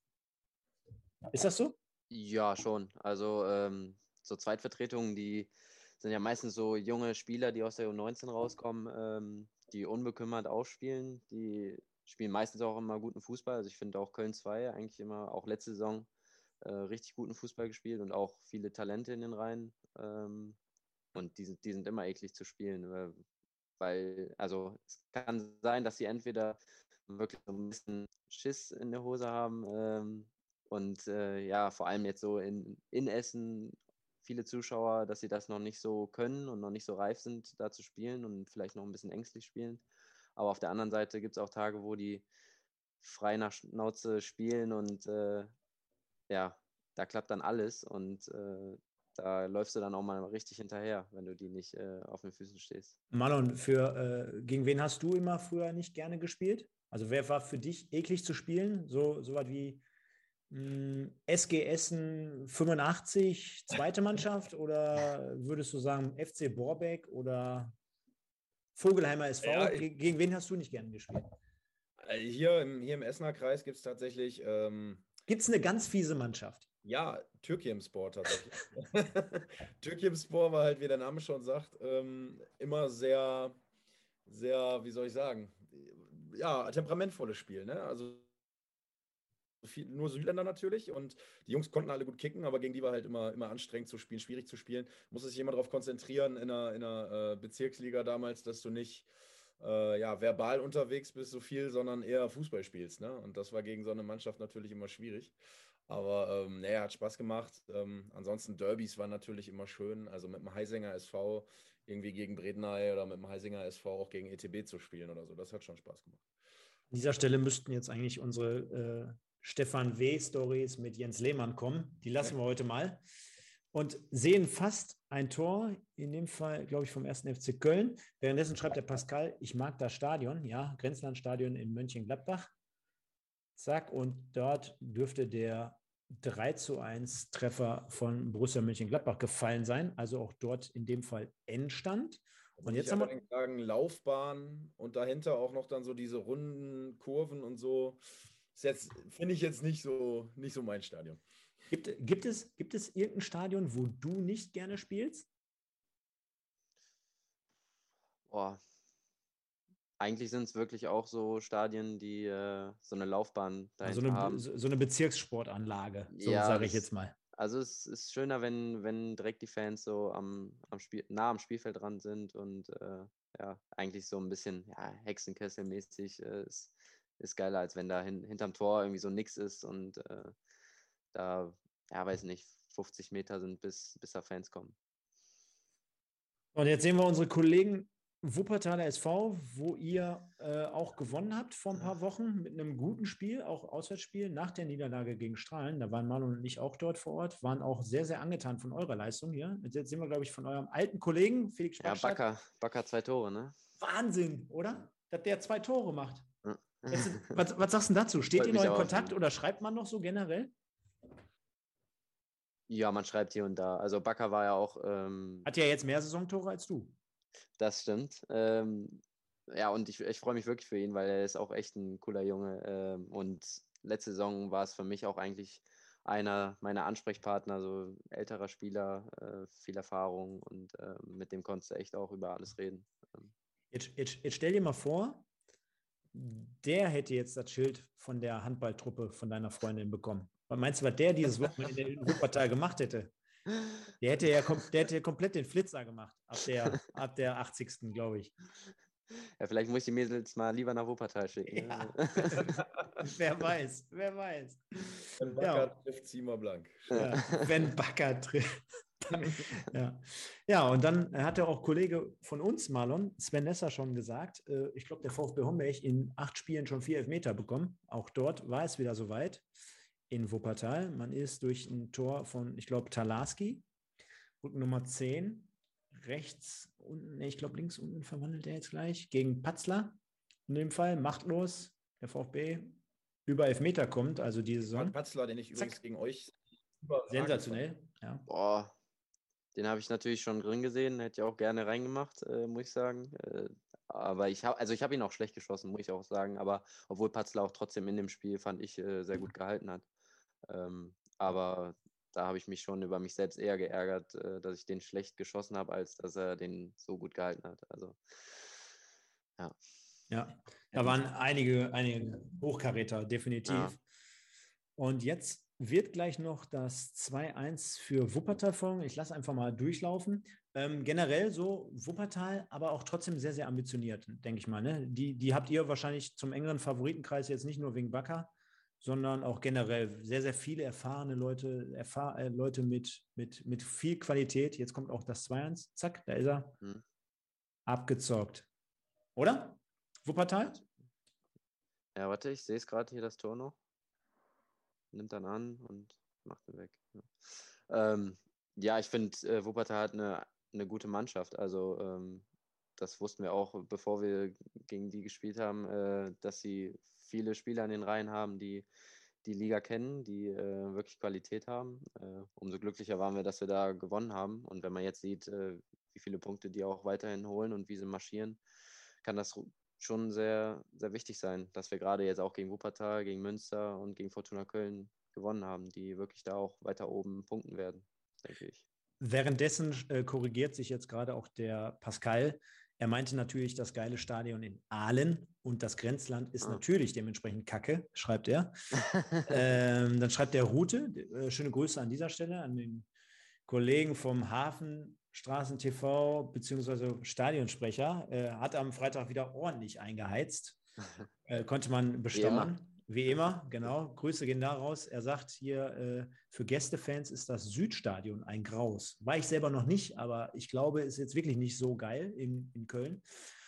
Ist das so? Ja, schon. Also ähm, so Zweitvertretungen, die sind ja meistens so junge Spieler, die aus der U neunzehn rauskommen, ähm, die unbekümmert aufspielen. Die spielen meistens auch immer guten Fußball. Also ich finde auch Köln zwei eigentlich immer, auch letzte Saison, äh, richtig guten Fußball gespielt und auch viele Talente in den Reihen. Ähm, und die sind, die sind immer eklig zu spielen, äh, weil, also es kann sein, dass sie entweder wirklich so ein bisschen Schiss in der Hose haben ähm, und äh, ja, vor allem jetzt so in, in Essen viele Zuschauer, dass sie das noch nicht so können und noch nicht so reif sind, da zu spielen und vielleicht noch ein bisschen ängstlich spielen. Aber auf der anderen Seite gibt es auch Tage, wo die frei nach Schnauze spielen und äh, ja, da klappt dann alles und äh, da läufst du dann auch mal richtig hinterher, wenn du die nicht äh, auf den Füßen stehst. Marlon, für, äh, gegen wen hast du immer früher nicht gerne gespielt? Also wer war für dich eklig zu spielen? So, so was wie mh, S G Essen fünfundachtzig, zweite Mannschaft oder würdest du sagen F C Borbeck oder Vogelheimer S V? Ja, Ge gegen wen hast du nicht gerne gespielt? Hier im, hier im Essener Kreis gibt es tatsächlich, ähm, Gibt es eine ganz fiese Mannschaft? ja, Türkimspor tatsächlich. Türkimspor war halt, wie der Name schon sagt, ähm, immer sehr, sehr, wie soll ich sagen, ja, temperamentvolles Spiel, ne? Also viel, nur Südländer natürlich und die Jungs konnten alle gut kicken, aber gegen die war halt immer, immer anstrengend zu spielen, schwierig zu spielen. Musste sich immer darauf konzentrieren in einer, in einer äh, Bezirksliga damals, dass du nicht äh, ja, verbal unterwegs bist so viel, sondern eher Fußball spielst. Ne? Und das war gegen so eine Mannschaft natürlich immer schwierig. Aber ähm, naja, hat Spaß gemacht. Ähm, ansonsten Derbys waren natürlich immer schön. Also mit dem Heisinger S V irgendwie gegen Bredeney oder mit dem Heisinger S V auch gegen E T B zu spielen oder so. Das hat schon Spaß gemacht. An dieser Stelle müssten jetzt eigentlich unsere äh, Stefan W-Stories mit Jens Lehmann kommen. Die lassen wir heute mal. Und sehen fast ein Tor, in dem Fall, glaube ich, vom ersten F C Köln. Währenddessen schreibt der Pascal, ich mag das Stadion, ja, Grenzlandstadion in Mönchengladbach. Zack, und dort dürfte der drei zu eins Treffer von Borussia Mönchengladbach gefallen sein. Also auch dort in dem Fall Endstand. Und jetzt haben wir sagen, Laufbahn und dahinter auch noch dann so diese runden Kurven und so. Ist jetzt, finde ich jetzt nicht so, nicht so mein Stadion. Gibt, gibt, es, gibt es irgendein Stadion, wo du nicht gerne spielst? Boah. Eigentlich sind es wirklich auch so Stadien, die äh, so eine Laufbahn dahinter so, eine, haben. so eine Bezirkssportanlage, so ja, sage ich das, jetzt mal. Also es ist schöner, wenn, wenn direkt die Fans so am, am Spiel, nah am Spielfeld dran sind und äh, ja, eigentlich so ein bisschen ja, Hexenkessel-mäßig äh, ist, ist geiler, als wenn da hin, hinterm Tor irgendwie so nix ist und äh, da, ja, weiß nicht, fünfzig Meter sind, bis, bis da Fans kommen. Und jetzt sehen wir unsere Kollegen Wuppertaler S V, wo ihr äh, auch gewonnen habt vor ein paar Wochen mit einem guten Spiel, auch Auswärtsspiel nach der Niederlage gegen Strahlen. Da waren Marlon und ich auch dort vor Ort, waren auch sehr, sehr angetan von eurer Leistung hier. Jetzt sehen wir, glaube ich, von eurem alten Kollegen Felix Spackstadt. Ja, Bakker, Bakker zwei Tore, ne? Wahnsinn, oder? Dass der zwei Tore macht. Ja. Jetzt, was, was sagst du dazu? Steht ihr noch in Kontakt auch. oder schreibt man noch so generell? Ja, man schreibt hier und da. Also Bakker war ja auch... Ähm, Hat ja jetzt mehr Saisontore als du. Das stimmt. Ähm, ja, und ich, ich freue mich wirklich für ihn, weil er ist auch echt ein cooler Junge. Ähm, und letzte Saison war es für mich auch eigentlich einer meiner Ansprechpartner, so älterer Spieler, äh, viel Erfahrung und äh, mit dem konntest du echt auch über alles reden. Jetzt, jetzt, jetzt stell dir mal vor, der hätte jetzt das Schild von der Handballtruppe von deiner Freundin bekommen. Was meinst du, was der dieses Wochenende in Wuppertal gemacht hätte? Der hätte ja der hätte komplett den Flitzer gemacht, ab der, ab der achtzigsten glaube ich. Ja, vielleicht muss ich die Mädels mal lieber nach Wuppertal schicken. Ja. Wer weiß, wer weiß. Wenn Bakker ja. trifft, zieh mal blank. Ja, wenn Bakker trifft. Ja. Ja, und dann hat der auch Kollege von uns, Marlon, Sven Nesser, schon gesagt, äh, ich glaube, der VfB Homberg in acht Spielen schon vier Elfmeter bekommen. Auch dort war es wieder soweit in Wuppertal. Man ist durch ein Tor von, ich glaube, Talarski, Rücken Nummer zehn, rechts unten, nee, ich glaube, links unten verwandelt er jetzt gleich, gegen Patzler. In dem Fall machtlos, der VfB über Elfmeter kommt, also diese Saison. Patzler, den ich übrigens Zack. gegen euch überragend Sensationell, ja. Boah, den habe ich natürlich schon drin gesehen, hätte ich auch gerne reingemacht, äh, muss ich sagen. Äh, aber ich habe, also ich habe ihn auch schlecht geschossen, muss ich auch sagen. Aber obwohl Patzler auch trotzdem in dem Spiel, fand ich, äh, sehr gut gehalten hat. Ähm, aber da habe ich mich schon über mich selbst eher geärgert, äh, dass ich den schlecht geschossen habe, als dass er den so gut gehalten hat. Also, ja. Ja, da waren einige, einige Hochkaräter, definitiv. Ja. Und jetzt wird gleich noch das zwei eins für Wuppertal folgen. Ich lasse einfach mal durchlaufen. Ähm, generell so Wuppertal, aber auch trotzdem sehr, sehr ambitioniert, denke ich mal. Ne? Die, die habt ihr wahrscheinlich zum engeren Favoritenkreis jetzt nicht nur wegen Bakker, sondern auch generell sehr, sehr viele erfahrene Leute, erfahr äh, Leute mit, mit, mit viel Qualität. Jetzt kommt auch das zwei eins. Zack, da ist er. Hm. Abgezockt. Oder? Wuppertal? Ja, warte, ich sehe es gerade hier, das Tor noch. Nimmt dann an und macht ihn weg. Ja, ähm, ja ich finde, äh, Wuppertal hat eine, eine gute Mannschaft. Also ähm, das wussten wir auch, bevor wir gegen die gespielt haben, äh, dass sie viele Spieler in den Reihen haben, die die Liga kennen, die äh, wirklich Qualität haben. Äh, umso glücklicher waren wir, dass wir da gewonnen haben. Und wenn man jetzt sieht, äh, wie viele Punkte die auch weiterhin holen und wie sie marschieren, kann das schon sehr, sehr wichtig sein, dass wir gerade jetzt auch gegen Wuppertal, gegen Münster und gegen Fortuna Köln gewonnen haben, die wirklich da auch weiter oben punkten werden, denke ich. Währenddessen äh, korrigiert sich jetzt gerade auch der Pascal. Er meinte natürlich das geile Stadion in Aalen und das Grenzland ist Ah. natürlich dementsprechend Kacke, schreibt er. ähm, dann schreibt der Rute, äh, schöne Grüße an dieser Stelle an den Kollegen vom Hafenstraßen T V beziehungsweise Stadionsprecher, äh, hat am Freitag wieder ordentlich eingeheizt. Äh, konnte man bestaunen. Wie immer, genau. Grüße gehen da raus. Er sagt hier, äh, für Gästefans ist das Südstadion ein Graus. War ich selber noch nicht, aber ich glaube, ist jetzt wirklich nicht so geil in, in Köln.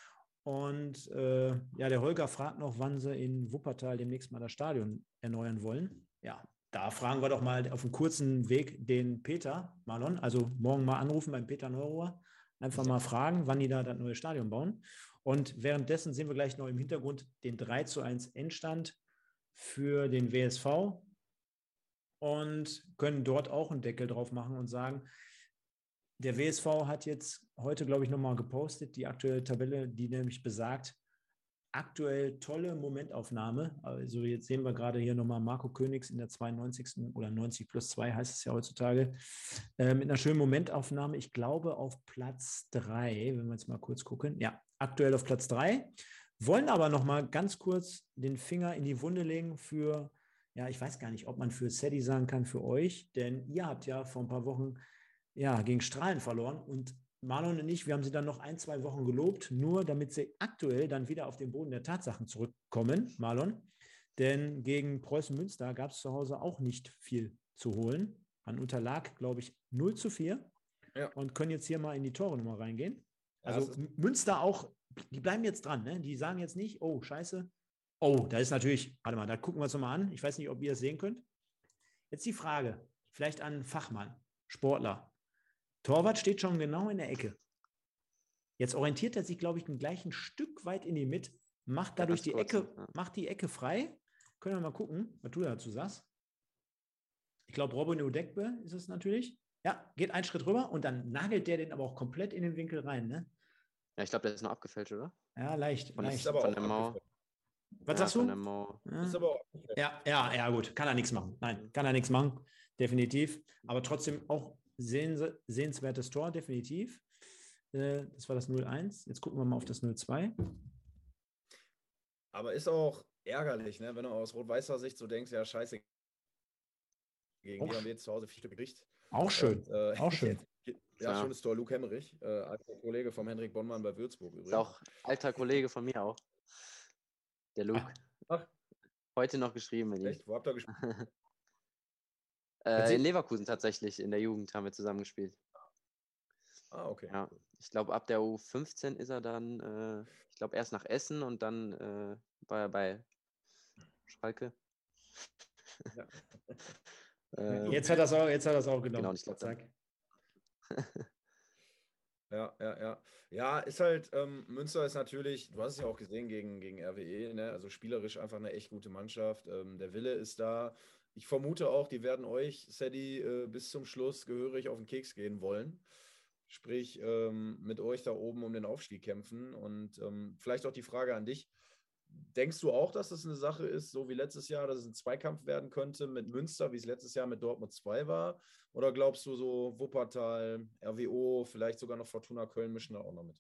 Und äh, ja, der Holger fragt noch, wann sie in Wuppertal demnächst mal das Stadion erneuern wollen. Ja, da fragen wir doch mal auf einem kurzen Weg den Peter, Marlon. Also morgen mal anrufen beim Peter Neurohr. Einfach mal fragen, wann die da das neue Stadion bauen. Und währenddessen sehen wir gleich noch im Hintergrund den drei zu eins Endstand für den W S V und können dort auch einen Deckel drauf machen und sagen, der W S V hat jetzt heute, glaube ich, nochmal gepostet, die aktuelle Tabelle, die nämlich besagt, aktuell tolle Momentaufnahme. Also jetzt sehen wir gerade hier nochmal Marco Königs in der zweiundneunzigsten oder neunzig plus zwei heißt es ja heutzutage, äh, mit einer schönen Momentaufnahme. Ich glaube auf Platz drei, wenn wir jetzt mal kurz gucken. Ja, aktuell auf Platz drei. Wollen aber nochmal ganz kurz den Finger in die Wunde legen für, ja, ich weiß gar nicht, ob man für Sadie sagen kann, für euch, denn ihr habt ja vor ein paar Wochen ja, gegen Strahlen verloren und Marlon und ich, wir haben sie dann noch ein, zwei Wochen gelobt, nur damit sie aktuell dann wieder auf den Boden der Tatsachen zurückkommen, Marlon. Denn gegen Preußen Münster gab es zu Hause auch nicht viel zu holen. Man unterlag, glaube ich, null zu vier Ja. und können jetzt hier mal in die Tore nochmal reingehen. Ja, Also Münster auch, die bleiben jetzt dran, ne? Die sagen jetzt nicht, oh, scheiße. Oh, da ist natürlich, warte mal, da gucken wir uns nochmal an. Ich weiß nicht, ob ihr es sehen könnt. Jetzt die Frage, vielleicht an Fachmann, Sportler. Torwart steht schon genau in der Ecke. Jetzt orientiert er sich, glaube ich, gleich ein Stück weit in die Mitte, macht dadurch die kurz, Ecke, ja. macht die Ecke frei. Können wir mal gucken, was du dazu sagst. Ich glaube, Robin Udekbe ist es natürlich. Ja, geht einen Schritt rüber und dann nagelt der den aber auch komplett in den Winkel rein, ne? Ja, ich glaube, der ist noch abgefälscht, oder? Ja, leicht, Von, leicht. Ist aber von auch der Mauer. abgefälscht. Was Ja, sagst von du? der Mauer. Ja. Ist aber auch abgefälscht. Ja, ja, ja, gut. Kann er nichts machen. Nein, kann er nichts machen. Definitiv. Aber trotzdem auch sehens sehenswertes Tor, definitiv. Äh, das war das null eins. Jetzt gucken wir mal auf das null zwei. Aber ist auch ärgerlich, ne? Wenn du aus rot-weißer Sicht so denkst, ja, scheiße, gegen Auch, die haben wir jetzt zu Hause vier Stück gekriegt. auch schön. Und, äh, Auch schön. ja, Klar. schönes Tor, Luke Hemmerich, äh, alter Kollege vom Henrik Bonnmann bei Würzburg übrigens. Ist auch alter Kollege von mir auch. Der Luke. Ach, Heute noch geschrieben mit ihm. echt? Wo habt ihr gespielt? Äh, in Leverkusen tatsächlich, in der Jugend haben wir zusammen gespielt. Ah, okay. Ja, ich glaube, ab der U fünfzehn ist er dann, äh, ich glaube, erst nach Essen und dann äh, war er bei Schalke. Ja. ähm, Jetzt hat er es auch, jetzt hat er es auch genommen. genau, und ich glaube dann. Zack. Ja, ja, ja. Ja, ist halt, ähm, Münster ist natürlich, du hast es ja auch gesehen gegen, gegen R W E, ne? Also spielerisch einfach eine echt gute Mannschaft. Ähm, der Wille ist da. Ich vermute auch, die werden euch, Sadie, äh, bis zum Schluss gehörig auf den Keks gehen wollen. Sprich, ähm, mit euch da oben um den Aufstieg kämpfen. Und ähm, vielleicht auch die Frage an dich. Denkst du auch, dass das eine Sache ist, so wie letztes Jahr, dass es ein Zweikampf werden könnte mit Münster, wie es letztes Jahr mit Dortmund zwei war? Oder glaubst du so Wuppertal, R W O, vielleicht sogar noch Fortuna Köln mischen da auch noch mit?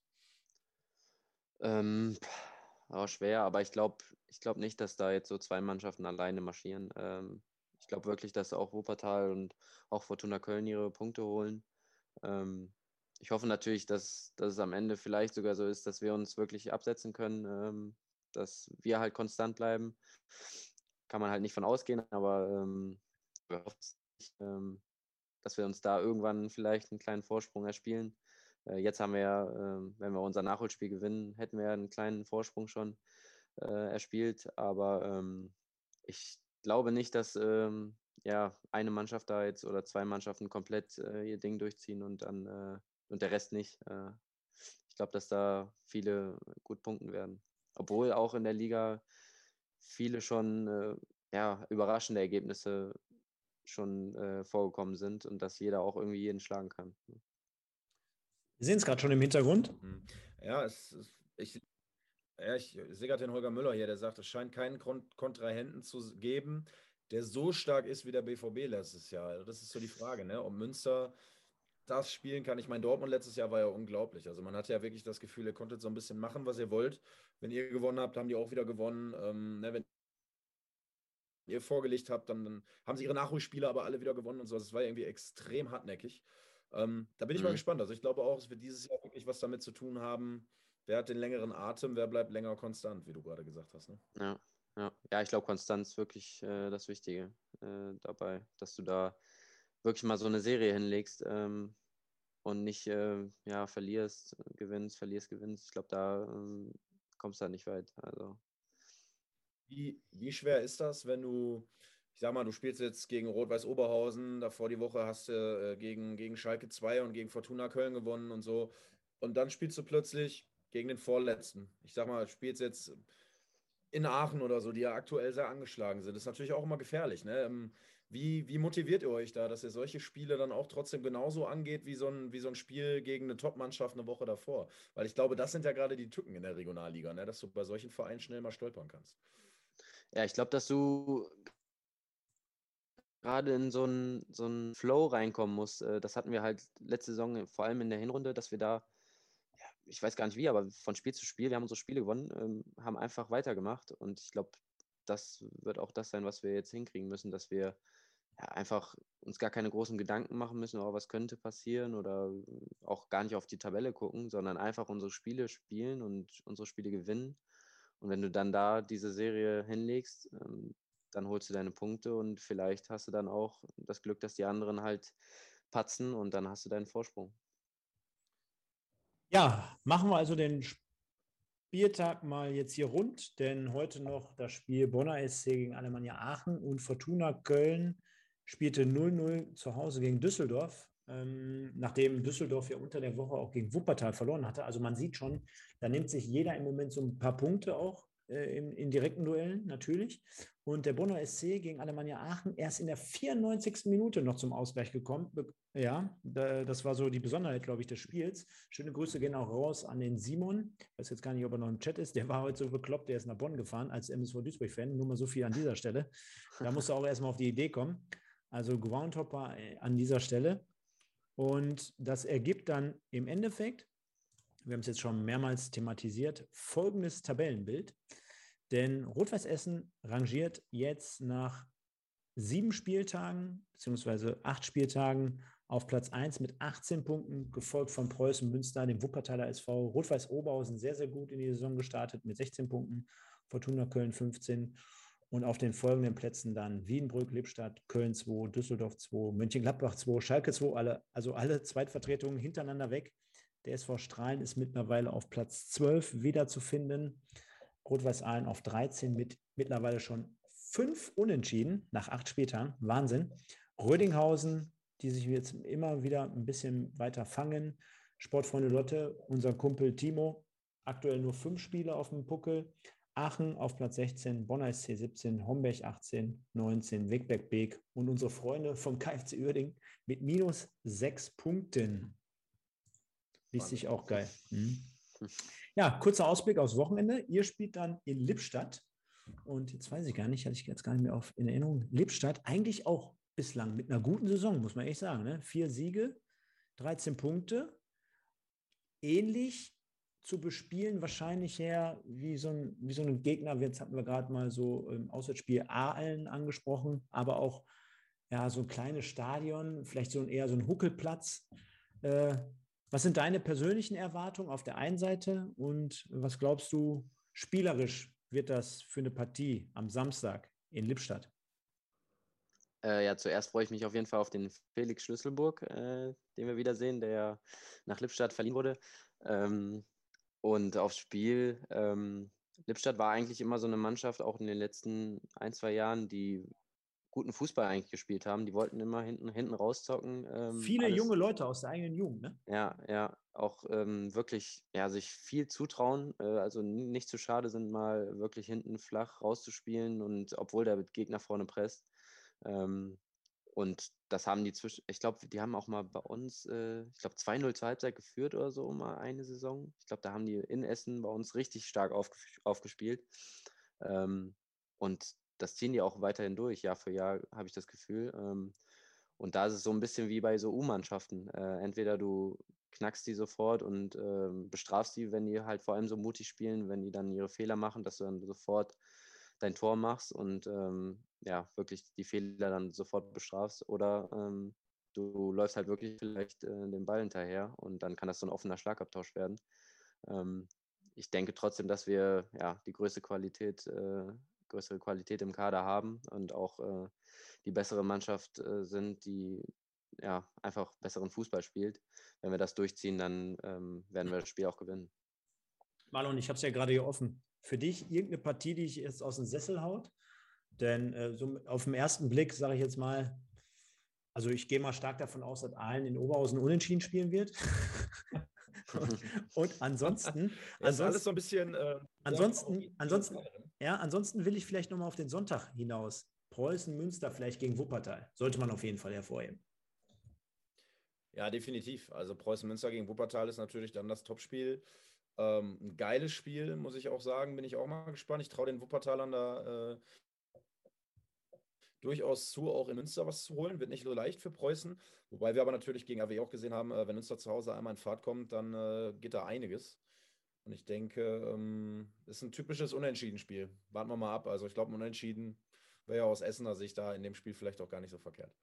Ähm, auch schwer, aber ich glaube ich glaub nicht, dass da jetzt so zwei Mannschaften alleine marschieren. Ähm, ich glaube wirklich, dass auch Wuppertal und auch Fortuna Köln ihre Punkte holen. Ähm, ich hoffe natürlich, dass, dass es am Ende vielleicht sogar so ist, dass wir uns wirklich absetzen können, ähm, dass wir halt konstant bleiben. Kann man halt nicht von ausgehen, aber ähm, wir hoffen, ähm, dass wir uns da irgendwann vielleicht einen kleinen Vorsprung erspielen. Äh, jetzt haben wir ja, äh, wenn wir unser Nachholspiel gewinnen, hätten wir ja einen kleinen Vorsprung schon äh, erspielt. Aber ähm, ich glaube nicht, dass ähm, ja, eine Mannschaft da jetzt oder zwei Mannschaften komplett äh, ihr Ding durchziehen und dann äh, und der Rest nicht. Äh, ich glaube, dass da viele gut punkten werden. Obwohl auch in der Liga viele schon äh, ja, überraschende Ergebnisse schon äh, vorgekommen sind und dass jeder auch irgendwie jeden schlagen kann. Wir sehen es gerade schon im Hintergrund. Hm. Ja, es, es, ich, ja, ich sehe gerade den Holger Müller hier, der sagt, es scheint keinen Kon Kontrahenten zu geben, der so stark ist wie der B V B letztes Jahr. Also das ist so die Frage, ne? Ob Münster das spielen kann. Ich meine, Dortmund letztes Jahr war ja unglaublich. Also man hatte ja wirklich das Gefühl, ihr konntet so ein bisschen machen, was ihr wollt. Wenn ihr gewonnen habt, haben die auch wieder gewonnen. Ähm, ne, wenn ihr vorgelegt habt, dann, dann haben sie ihre Nachholspiele aber alle wieder gewonnen und so. Also es war irgendwie extrem hartnäckig. Ähm, da bin ich mal Mhm. gespannt. Also ich glaube auch, es wird dieses Jahr wirklich was damit zu tun haben, wer hat den längeren Atem, wer bleibt länger konstant, wie du gerade gesagt hast. Ne? Ja, ja. Ja, ich glaube, Konstanz ist wirklich äh, das Wichtige äh, dabei, dass du da wirklich mal so eine Serie hinlegst ähm, und nicht äh, ja, verlierst, gewinnst, verlierst, gewinnst. Ich glaube, da ähm, kommst du halt nicht weit. Also. Wie, wie schwer ist das, wenn du, ich sag mal, du spielst jetzt gegen Rot-Weiß Oberhausen, davor die Woche hast du äh, gegen, gegen Schalke zwei und gegen Fortuna Köln gewonnen und so. Und dann spielst du plötzlich gegen den Vorletzten. Ich sag mal, spielst jetzt in Aachen oder so, die ja aktuell sehr angeschlagen sind. Das ist natürlich auch immer gefährlich. Ne? Ähm, Wie, wie motiviert ihr euch da, dass ihr solche Spiele dann auch trotzdem genauso angeht wie so ein, wie so ein Spiel gegen eine Top-Mannschaft eine Woche davor? Weil ich glaube, das sind ja gerade die Tücken in der Regionalliga, ne? Dass du bei solchen Vereinen schnell mal stolpern kannst. Ja, ich glaube, dass du gerade in so einen so einen Flow reinkommen musst. Äh, Das hatten wir halt letzte Saison, äh, vor allem in der Hinrunde, dass wir da, ja, ich weiß gar nicht wie, aber von Spiel zu Spiel, wir haben unsere Spiele gewonnen, ähm, haben einfach weitergemacht. Und ich glaube, das wird auch das sein, was wir jetzt hinkriegen müssen, dass wir ja, einfach uns gar keine großen Gedanken machen müssen, oh, was könnte passieren oder auch gar nicht auf die Tabelle gucken, sondern einfach unsere Spiele spielen und unsere Spiele gewinnen. Und wenn du dann da diese Serie hinlegst, ähm, dann holst du deine Punkte und vielleicht hast du dann auch das Glück, dass die anderen halt patzen und dann hast du deinen Vorsprung. Ja, machen wir also den Spieltag mal jetzt hier rund, denn heute noch das Spiel Bonner S C gegen Alemannia Aachen und Fortuna Köln spielte null null zu Hause gegen Düsseldorf, ähm, nachdem Düsseldorf ja unter der Woche auch gegen Wuppertal verloren hatte. Also man sieht schon, da nimmt sich jeder im Moment so ein paar Punkte auch äh, in, in direkten Duellen natürlich. Und der Bonner S C gegen Alemannia Aachen erst in der vierundneunzigsten Minute noch zum Ausgleich gekommen. Ja, das war so die Besonderheit, glaube ich, des Spiels. Schöne Grüße gehen auch raus an den Simon. Ich weiß jetzt gar nicht, ob er noch im Chat ist. Der war heute so bekloppt, der ist nach Bonn gefahren als M S V Duisburg-Fan. Nur mal so viel an dieser Stelle. Da musst du auch erstmal auf die Idee kommen. Also Groundhopper an dieser Stelle. Und das ergibt dann im Endeffekt, wir haben es jetzt schon mehrmals thematisiert, folgendes Tabellenbild. Denn Rot-Weiß Essen rangiert jetzt nach sieben Spieltagen, beziehungsweise acht Spieltagen auf Platz eins mit achtzehn Punkten, gefolgt von Preußen Münster, dem Wuppertaler S V. Rot-Weiß Oberhausen sehr, sehr gut in die Saison gestartet mit sechzehn Punkten, Fortuna Köln fünfzehn Und auf den folgenden Plätzen dann Wiedenbrück, Lippstadt, Köln zwei, Düsseldorf zwei, Mönchengladbach zwei, Schalke zwei, alle, also alle Zweitvertretungen hintereinander weg. Der S V Strahlen ist mittlerweile auf Platz zwölf wiederzufinden. Rot-Weiß Aalen auf dreizehn mit mittlerweile schon fünf Unentschieden nach acht Spieltagen. Wahnsinn. Rödinghausen, die sich jetzt immer wieder ein bisschen weiter fangen. Sportfreunde Lotte, unser Kumpel Timo, aktuell nur fünf Spiele auf dem Puckel. Aachen auf Platz sechzehn, Bonner S C siebzehn, Homberg achtzehn, neunzehn, Wegberg-Beek und unsere Freunde vom K F C Uerdingen mit minus sechs Punkten. Liest sich auch geil. Mhm. Ja, kurzer Ausblick aufs Wochenende. Ihr spielt dann in Lippstadt. Und jetzt weiß ich gar nicht, hatte ich jetzt gar nicht mehr auf, in Erinnerung. Lippstadt eigentlich auch bislang mit einer guten Saison, muss man echt sagen. Ne? Vier Siege, dreizehn Punkte. Ähnlich zu bespielen wahrscheinlich her wie so ein, wie so ein Gegner. Jetzt hatten wir gerade mal so im Auswärtsspiel Aalen angesprochen, aber auch ja, so ein kleines Stadion, vielleicht so ein, eher so ein Huckelplatz. Äh, was sind deine persönlichen Erwartungen auf der einen Seite und was glaubst du, spielerisch wird das für eine Partie am Samstag in Lippstadt? Äh, ja, zuerst freue ich mich auf jeden Fall auf den Felix Schlüsselburg, äh, den wir wiedersehen, der nach Lippstadt verliehen wurde. Ähm, und aufs Spiel. Ähm, Lippstadt war eigentlich immer so eine Mannschaft, auch in den letzten ein, zwei Jahren, die guten Fußball eigentlich gespielt haben. Die wollten immer hinten, hinten rauszocken. Ähm, Viele alles, junge Leute aus der eigenen Jugend, ne? ja, ja, auch ähm, wirklich ja, sich viel zutrauen. Äh, also n- nicht zu schade sind, mal wirklich hinten flach rauszuspielen und obwohl der Gegner vorne presst. Ähm, und das haben die zwischen, ich glaube, die haben auch mal bei uns, äh, ich glaube, zwei null zur Halbzeit geführt oder so, mal eine Saison. Ich glaube, da haben die in Essen bei uns richtig stark aufge aufgespielt. Ähm, und das ziehen die auch weiterhin durch, Jahr für Jahr, habe ich das Gefühl. Ähm, und da ist es so ein bisschen wie bei so U-Mannschaften. Äh, entweder du knackst die sofort und ähm, bestrafst die, wenn die halt vor allem so mutig spielen, wenn die dann ihre Fehler machen, dass du dann sofort dein Tor machst und ähm, ja, wirklich die Fehler dann sofort bestrafst. Oder ähm, du läufst halt wirklich vielleicht äh, den Ball hinterher und dann kann das so ein offener Schlagabtausch werden. Ähm, ich denke trotzdem, dass wir ja die größte Qualität, äh, größere Qualität im Kader haben und auch äh, die bessere Mannschaft äh, sind, die ja einfach besseren Fußball spielt. Wenn wir das durchziehen, dann ähm, werden wir das Spiel auch gewinnen. Marlon, ich habe es ja gerade hier offen. Für dich irgendeine Partie, die ich jetzt aus dem Sessel haut? Denn äh, so auf den ersten Blick sage ich jetzt mal, also ich gehe mal stark davon aus, dass Aalen in Oberhausen unentschieden spielen wird. und, und ansonsten, Ja, ist alles so ansonsten, ein bisschen. Äh, ansonsten, ansonsten, ja, ansonsten will ich vielleicht nochmal auf den Sonntag hinaus. Preußen, Münster vielleicht gegen Wuppertal. Sollte man auf jeden Fall hervorheben. Ja, definitiv. Also Preußen Münster gegen Wuppertal ist natürlich dann das Topspiel. Ähm, ein geiles Spiel, muss ich auch sagen. Bin ich auch mal gespannt. Ich traue den Wuppertalern da äh, durchaus zu, auch in Münster was zu holen. Wird nicht so leicht für Preußen. Wobei wir aber natürlich gegen A W auch gesehen haben, äh, wenn Münster zu Hause einmal in Fahrt kommt, dann äh, geht da einiges. Und ich denke, ähm, ist ein typisches Unentschieden-Spiel. Warten wir mal ab. Also ich glaube, ein Unentschieden wäre ja aus Essener Sicht da in dem Spiel vielleicht auch gar nicht so verkehrt.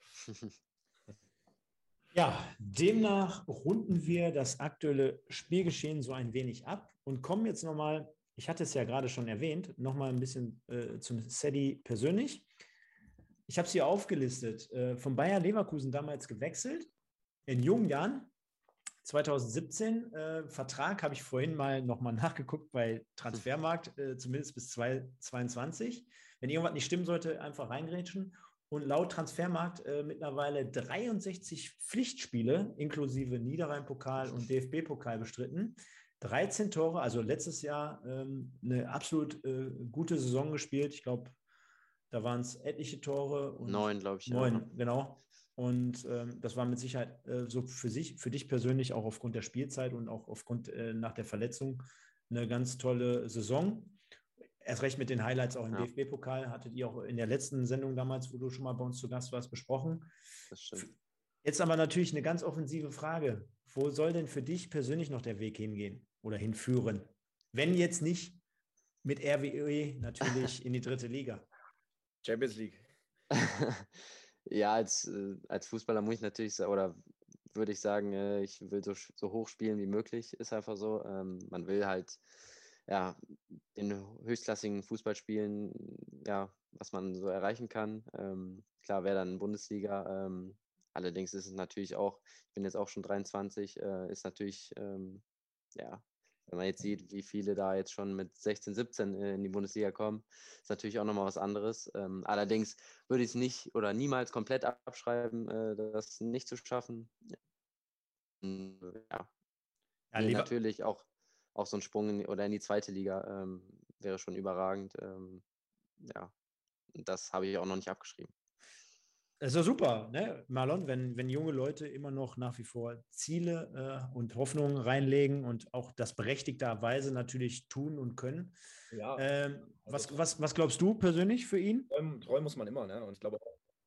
Ja, demnach runden wir das aktuelle Spielgeschehen so ein wenig ab und kommen jetzt nochmal, ich hatte es ja gerade schon erwähnt, nochmal ein bisschen äh, zum Sadie persönlich. Ich habe es hier aufgelistet, äh, von Bayer Leverkusen damals gewechselt, in jungen Jahren, zwanzig siebzehn, äh, Vertrag habe ich vorhin mal nochmal nachgeguckt bei Transfermarkt, äh, zumindest bis zweitausendzweiundzwanzig. Wenn irgendwas nicht stimmen sollte, einfach reingrätschen. Und laut Transfermarkt äh, mittlerweile dreiundsechzig Pflichtspiele inklusive Niederrhein-Pokal und D F B-Pokal bestritten. dreizehn Tore, also letztes Jahr ähm, eine absolut äh, gute Saison gespielt. Ich glaube, da waren es etliche Tore und Neun, glaube ich, ja. neun, genau. Und ähm, das war mit Sicherheit äh, so für sich, für dich persönlich auch aufgrund der Spielzeit und auch aufgrund äh, nach der Verletzung eine ganz tolle Saison. Erst recht mit den Highlights auch im Ja, D F B-Pokal, hattet ihr auch in der letzten Sendung damals, wo du schon mal bei uns zu Gast warst, besprochen. das stimmt. Jetzt aber natürlich eine ganz offensive Frage. Wo soll denn für dich persönlich noch der Weg hingehen oder hinführen? Wenn jetzt nicht mit R W E natürlich in die dritte Liga. Champions League. Ja, als, äh, als Fußballer muss ich natürlich sa- oder würde ich sagen, äh, ich will so, sch- so hoch spielen wie möglich, ist einfach so. Ähm, man will halt ja den höchstklassigen Fußball spielen, ja, was man so erreichen kann. Ähm, klar wäre dann Bundesliga. Ähm, allerdings ist es natürlich auch, ich bin jetzt auch schon dreiundzwanzig, äh, ist natürlich, ähm, ja, wenn man jetzt sieht, wie viele da jetzt schon mit sechzehn, siebzehn äh, in die Bundesliga kommen, ist natürlich auch nochmal was anderes. Ähm, allerdings würde ich es nicht oder niemals komplett abschreiben, äh, das nicht zu schaffen. Ja, Ja, nee, lieber, natürlich auch, auch so ein Sprung in, oder in die zweite Liga ähm, wäre schon überragend. Ähm, ja, das habe ich auch noch nicht abgeschrieben. das ist doch super, ne, Marlon, wenn, wenn junge Leute immer noch nach wie vor Ziele äh, und Hoffnungen reinlegen und auch das berechtigterweise natürlich tun und können. Ja, Ähm, also was, tr- was, was glaubst du persönlich für ihn? träumen, träumen muss man immer, ne? Und ich glaube,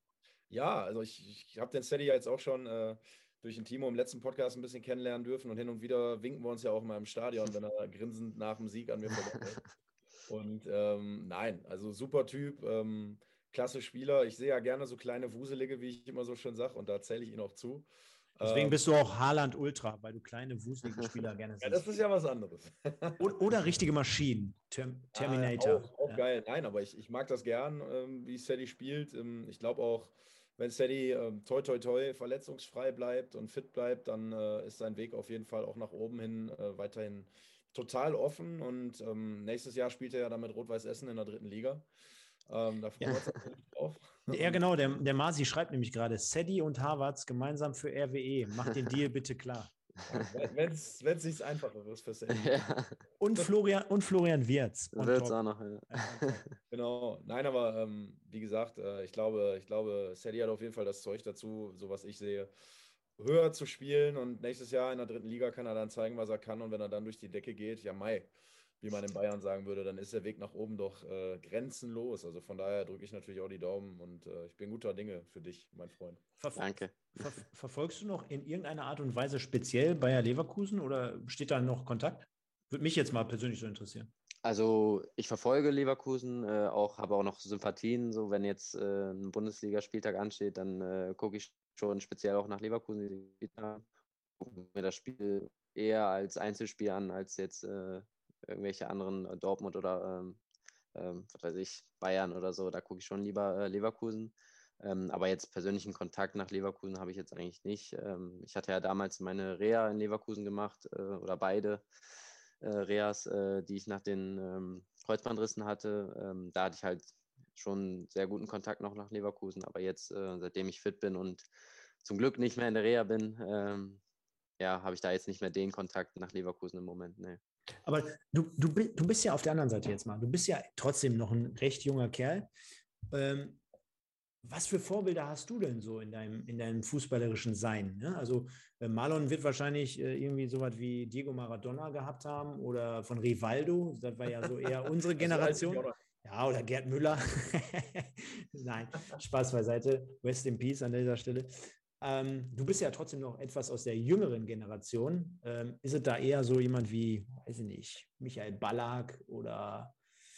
ja, also ich, ich habe den Steady ja jetzt auch schon äh, durch den Timo im letzten Podcast ein bisschen kennenlernen dürfen und hin und wieder winken wir uns ja auch mal im Stadion, wenn er grinsend nach dem Sieg an mir vorbeiläuft. Und ähm, nein, also super Typ, ähm, klasse Spieler. Ich sehe ja gerne so kleine Wuselige, wie ich immer so schön sage, und da zähle ich ihn auch zu. Deswegen Ähm, bist du auch Haaland Ultra, weil du kleine, wuselige Spieler gerne ja, das siehst. ist ja was anderes. Oder, oder richtige Maschinen. Term Ah, Terminator. auch, auch Ja. geil. Nein, aber ich, ich mag das gern, ähm, wie Sadie spielt. Ähm, ich glaube auch, wenn Sadie ähm, toi toi toi verletzungsfrei bleibt und fit bleibt, dann äh, ist sein Weg auf jeden Fall auch nach oben hin äh, weiterhin total offen. Und ähm, nächstes Jahr spielt er ja dann mit Rot-Weiß Essen in der dritten Liga. Ähm, da freuen Ja. wir uns natürlich drauf. Ja, Und genau, der, der Masi schreibt nämlich gerade, Sedi und Havertz gemeinsam für R W E. Macht den Deal bitte klar. ja, wenn es sich einfacher ist für Sadie. Ja, Und Florian, und Florian Wirtz on wird es top. auch noch. Ja. Ja, on top. Genau, nein, aber ähm, wie gesagt, äh, ich glaube, ich glaube, Sadie hat auf jeden Fall das Zeug dazu, so was ich sehe, höher zu spielen und nächstes Jahr in der dritten Liga kann er dann zeigen, was er kann und wenn er dann durch die Decke geht, ja Mai, wie man in Bayern sagen würde, dann ist der Weg nach oben doch äh, grenzenlos. Also von daher drücke ich natürlich auch die Daumen und äh, ich bin guter Dinge für dich, mein Freund. Ver Danke. ver verfolgst du noch in irgendeiner Art und Weise speziell Bayer Leverkusen oder besteht da noch Kontakt? Würde mich jetzt mal persönlich so interessieren. Also ich verfolge Leverkusen, äh, auch habe auch noch Sympathien. So wenn jetzt äh, ein Bundesligaspieltag ansteht, dann äh, gucke ich schon speziell auch nach Leverkusen. Die gespielt haben. Gucke mir das Spiel eher als Einzelspiel an, als jetzt äh, irgendwelche anderen äh, Dortmund oder ähm, ähm, was weiß ich, Bayern oder so. Da gucke ich schon lieber äh, Leverkusen. Ähm, aber jetzt persönlichen Kontakt nach Leverkusen habe ich jetzt eigentlich nicht. Ähm, ich hatte ja damals meine Reha in Leverkusen gemacht äh, oder beide äh, Reas, äh, die ich nach den ähm, Kreuzbandrissen hatte. Ähm, da hatte ich halt schon sehr guten Kontakt noch nach Leverkusen. Aber jetzt, äh, seitdem ich fit bin und zum Glück nicht mehr in der Reha bin, ähm, ja, habe ich da jetzt nicht mehr den Kontakt nach Leverkusen im Moment. Nee. Aber du, du, du bist ja auf der anderen Seite jetzt mal. Du bist ja trotzdem noch ein recht junger Kerl. Ähm, was für Vorbilder hast du denn so in deinem, in deinem fußballerischen Sein? Ne? Also äh, Marlon wird wahrscheinlich äh, irgendwie so was wie Diego Maradona gehabt haben oder von Rivaldo. Das war ja so eher unsere Also alt bin ich auch Generation. noch. Ja, oder Gerd Müller. Nein, Spaß beiseite. Rest in Peace an dieser Stelle. Ähm, du bist ja trotzdem noch etwas aus der jüngeren Generation. Ähm, ist es da eher so jemand wie, weiß ich nicht, Michael Ballack oder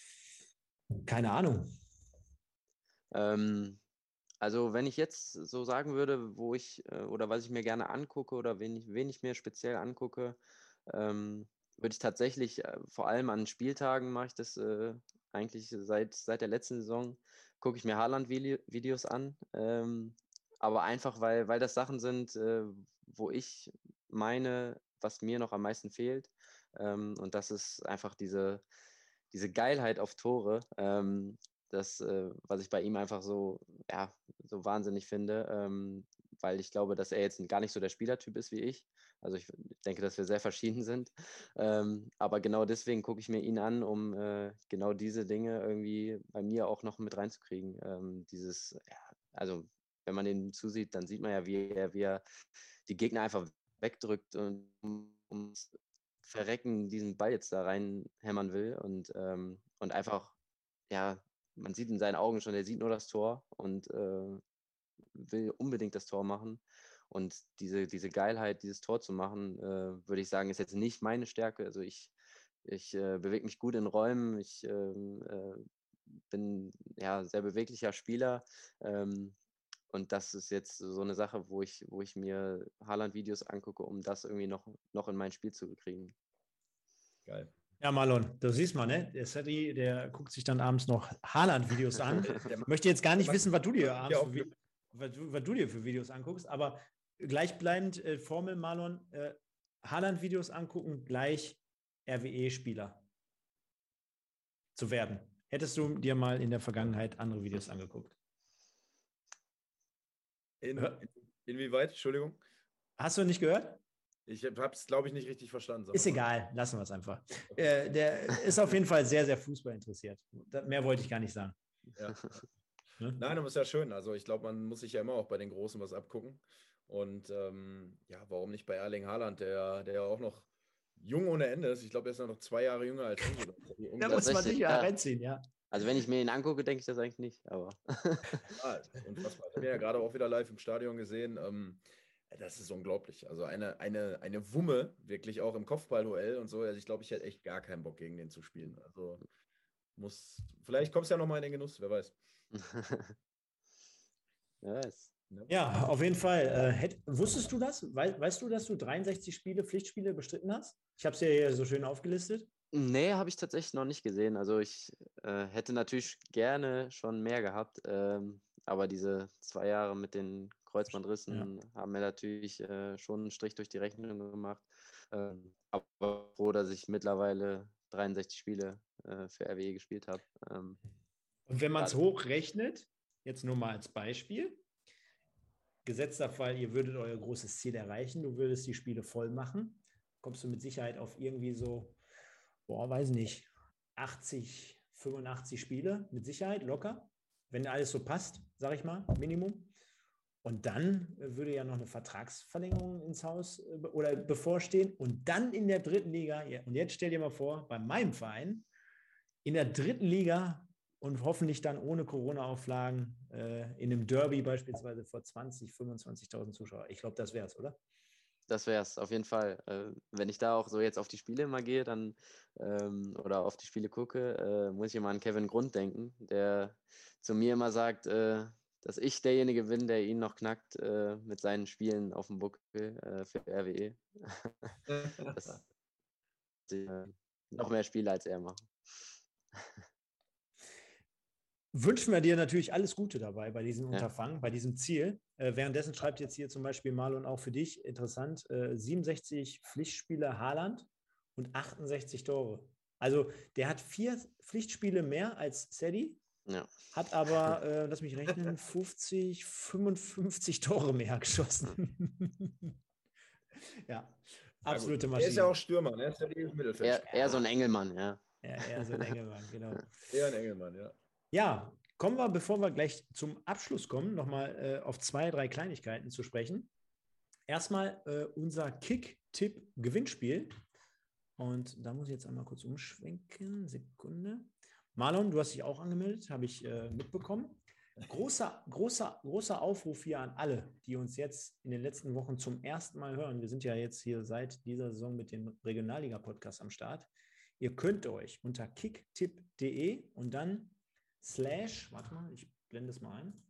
keine Ahnung? Ähm, Also wenn ich jetzt so sagen würde, wo ich äh, oder was ich mir gerne angucke oder wen ich, wen ich mir speziell angucke, ähm, würde ich tatsächlich äh, vor allem an Spieltagen mache ich das äh, eigentlich seit, seit der letzten Saison, gucke ich mir Haaland-Videos an. Ähm, aber einfach, weil, weil das Sachen sind, äh, wo ich meine, was mir noch am meisten fehlt. Ähm, und das ist einfach diese, diese Geilheit auf Tore. Ähm, das, äh, was ich bei ihm einfach so, ja, so wahnsinnig finde, ähm, weil ich glaube, dass er jetzt gar nicht so der Spielertyp ist wie ich. Also ich denke, dass wir sehr verschieden sind. Ähm, aber genau deswegen gucke ich mir ihn an, um äh, genau diese Dinge irgendwie bei mir auch noch mit reinzukriegen. Ähm, dieses, ja, also wenn man den zusieht, dann sieht man ja, wie er, wie er die Gegner einfach wegdrückt und ums Verrecken diesen Ball jetzt da reinhämmern will und, ähm, und einfach, ja, man sieht in seinen Augen schon, er sieht nur das Tor und äh, will unbedingt das Tor machen. Und diese, diese Geilheit, dieses Tor zu machen, äh, würde ich sagen, ist jetzt nicht meine Stärke. Also ich, ich äh, bewege mich gut in Räumen, ich ähm, äh, bin ja sehr beweglicher Spieler. Ähm, und das ist jetzt so eine Sache, wo ich, wo ich mir Haaland-Videos angucke, um das irgendwie noch, noch in mein Spiel zu kriegen. Geil. Ja, Marlon, du siehst mal, ne? Der Sadi, der guckt sich dann abends noch Haaland-Videos an. Ich möchte jetzt gar nicht wissen, was du dir abends für, Vi- was du, was du dir für Videos anguckst, aber gleichbleibend äh, Formel, Marlon, äh, Haaland-Videos angucken, gleich R W E-Spieler zu werden. Hättest du dir mal in der Vergangenheit andere Videos angeguckt? In, Hör- in, inwieweit? Entschuldigung. Hast du nicht gehört? Ich habe es, glaube ich, nicht richtig verstanden. Sag Ist noch mal. egal, lassen wir es einfach. Äh, der ist auf jeden Fall sehr, sehr Fußball interessiert. Das, mehr wollte ich gar nicht sagen. Ja. Ne? Nein, aber ist ja schön. Also ich glaube, man muss sich ja immer auch bei den Großen was abgucken. Und ähm, ja, warum nicht bei Erling Haaland, der, der ja auch noch jung ohne Ende ist. Ich glaube, er ist ja noch zwei Jahre jünger als ich. Da muss man Tatsächlich, sich ja ja. reinziehen, ja. Also wenn ich mir ihn angucke, denke ich das eigentlich nicht, aber Ja, das ist unfassbar. Ich habe ihn ja gerade auch wieder live im Stadion gesehen. Ähm, das ist unglaublich. Also eine, eine, eine Wumme, wirklich auch im Kopfballduell und so. Also ich glaube, ich hätte echt gar keinen Bock, gegen den zu spielen. Also muss, vielleicht kommst du ja nochmal in den Genuss, wer weiß. wer weiß. Ne? Ja, auf jeden Fall. Äh, hätt, wusstest du das? Wei, weißt du, dass du dreiundsechzig Spiele, Pflichtspiele bestritten hast? Ich habe es ja hier so schön aufgelistet. Nee, habe ich tatsächlich noch nicht gesehen. Also ich äh, hätte natürlich gerne schon mehr gehabt, ähm, aber diese zwei Jahre mit den Ja. Kreuzbandrissen haben mir natürlich äh, schon einen Strich durch die Rechnung gemacht. Ähm, aber froh, dass ich mittlerweile dreiundsechzig Spiele äh, für R W E gespielt habe. Ähm, Und wenn man es ja, hochrechnet, jetzt nur mal als Beispiel, gesetzter Fall, ihr würdet euer großes Ziel erreichen, du würdest die Spiele voll machen, kommst du mit Sicherheit auf irgendwie so, boah, weiß nicht, achtzig, fünfundachtzig Spiele, mit Sicherheit, locker, wenn alles so passt, sag ich mal, Minimum. Und dann würde ja noch eine Vertragsverlängerung ins Haus äh, oder bevorstehen. Und dann in der dritten Liga, ja, und jetzt stell dir mal vor, bei meinem Verein, in der dritten Liga und hoffentlich dann ohne Corona-Auflagen äh, in einem Derby beispielsweise vor zwanzig, fünfundzwanzigtausend Zuschauer. Ich glaube, das wäre es, oder? das wäre es auf jeden Fall. Äh, wenn ich da auch so jetzt auf die Spiele immer gehe, dann ähm, oder auf die Spiele gucke, äh, muss ich immer an Kevin Grund denken, der zu mir immer sagt, äh, dass ich derjenige bin, der ihn noch knackt äh, mit seinen Spielen auf dem Buckel äh, für R W E. dass ich äh, noch mehr Spiele als er mache. Wünschen wir dir natürlich alles Gute dabei bei diesem Ja. Unterfangen, bei diesem Ziel. Äh, währenddessen schreibt jetzt hier zum Beispiel Marlon auch für dich, interessant, äh, siebenundsechzig Pflichtspiele Haaland und achtundsechzig Tore. Also der hat vier Pflichtspiele mehr als Sadie, Ja. hat aber, äh, lass mich rechnen, fünfzig, fünfundfünfzig Tore mehr geschossen. Ja, absolute Maschine. Er ist ja auch Stürmer, ne? Ist ja die Mittelfeld. Er, eher so ein Engelmann, ja. Ja, eher so ein Engelmann, genau. Eher ein Engelmann, ja. Ja, kommen wir, bevor wir gleich zum Abschluss kommen, nochmal äh, auf zwei, drei Kleinigkeiten zu sprechen. Erstmal äh, unser Kick-Tipp-Gewinnspiel. Und da muss ich jetzt einmal kurz umschwenken. Sekunde. Marlon, du hast dich auch angemeldet, habe ich äh, mitbekommen. Großer, großer, großer Aufruf hier an alle, die uns jetzt in den letzten Wochen zum ersten Mal hören. Wir sind ja jetzt hier seit dieser Saison mit dem Regionalliga-Podcast am Start. Ihr könnt euch unter kicktipp punkt de und dann slash, warte mal, ich blende es mal ein,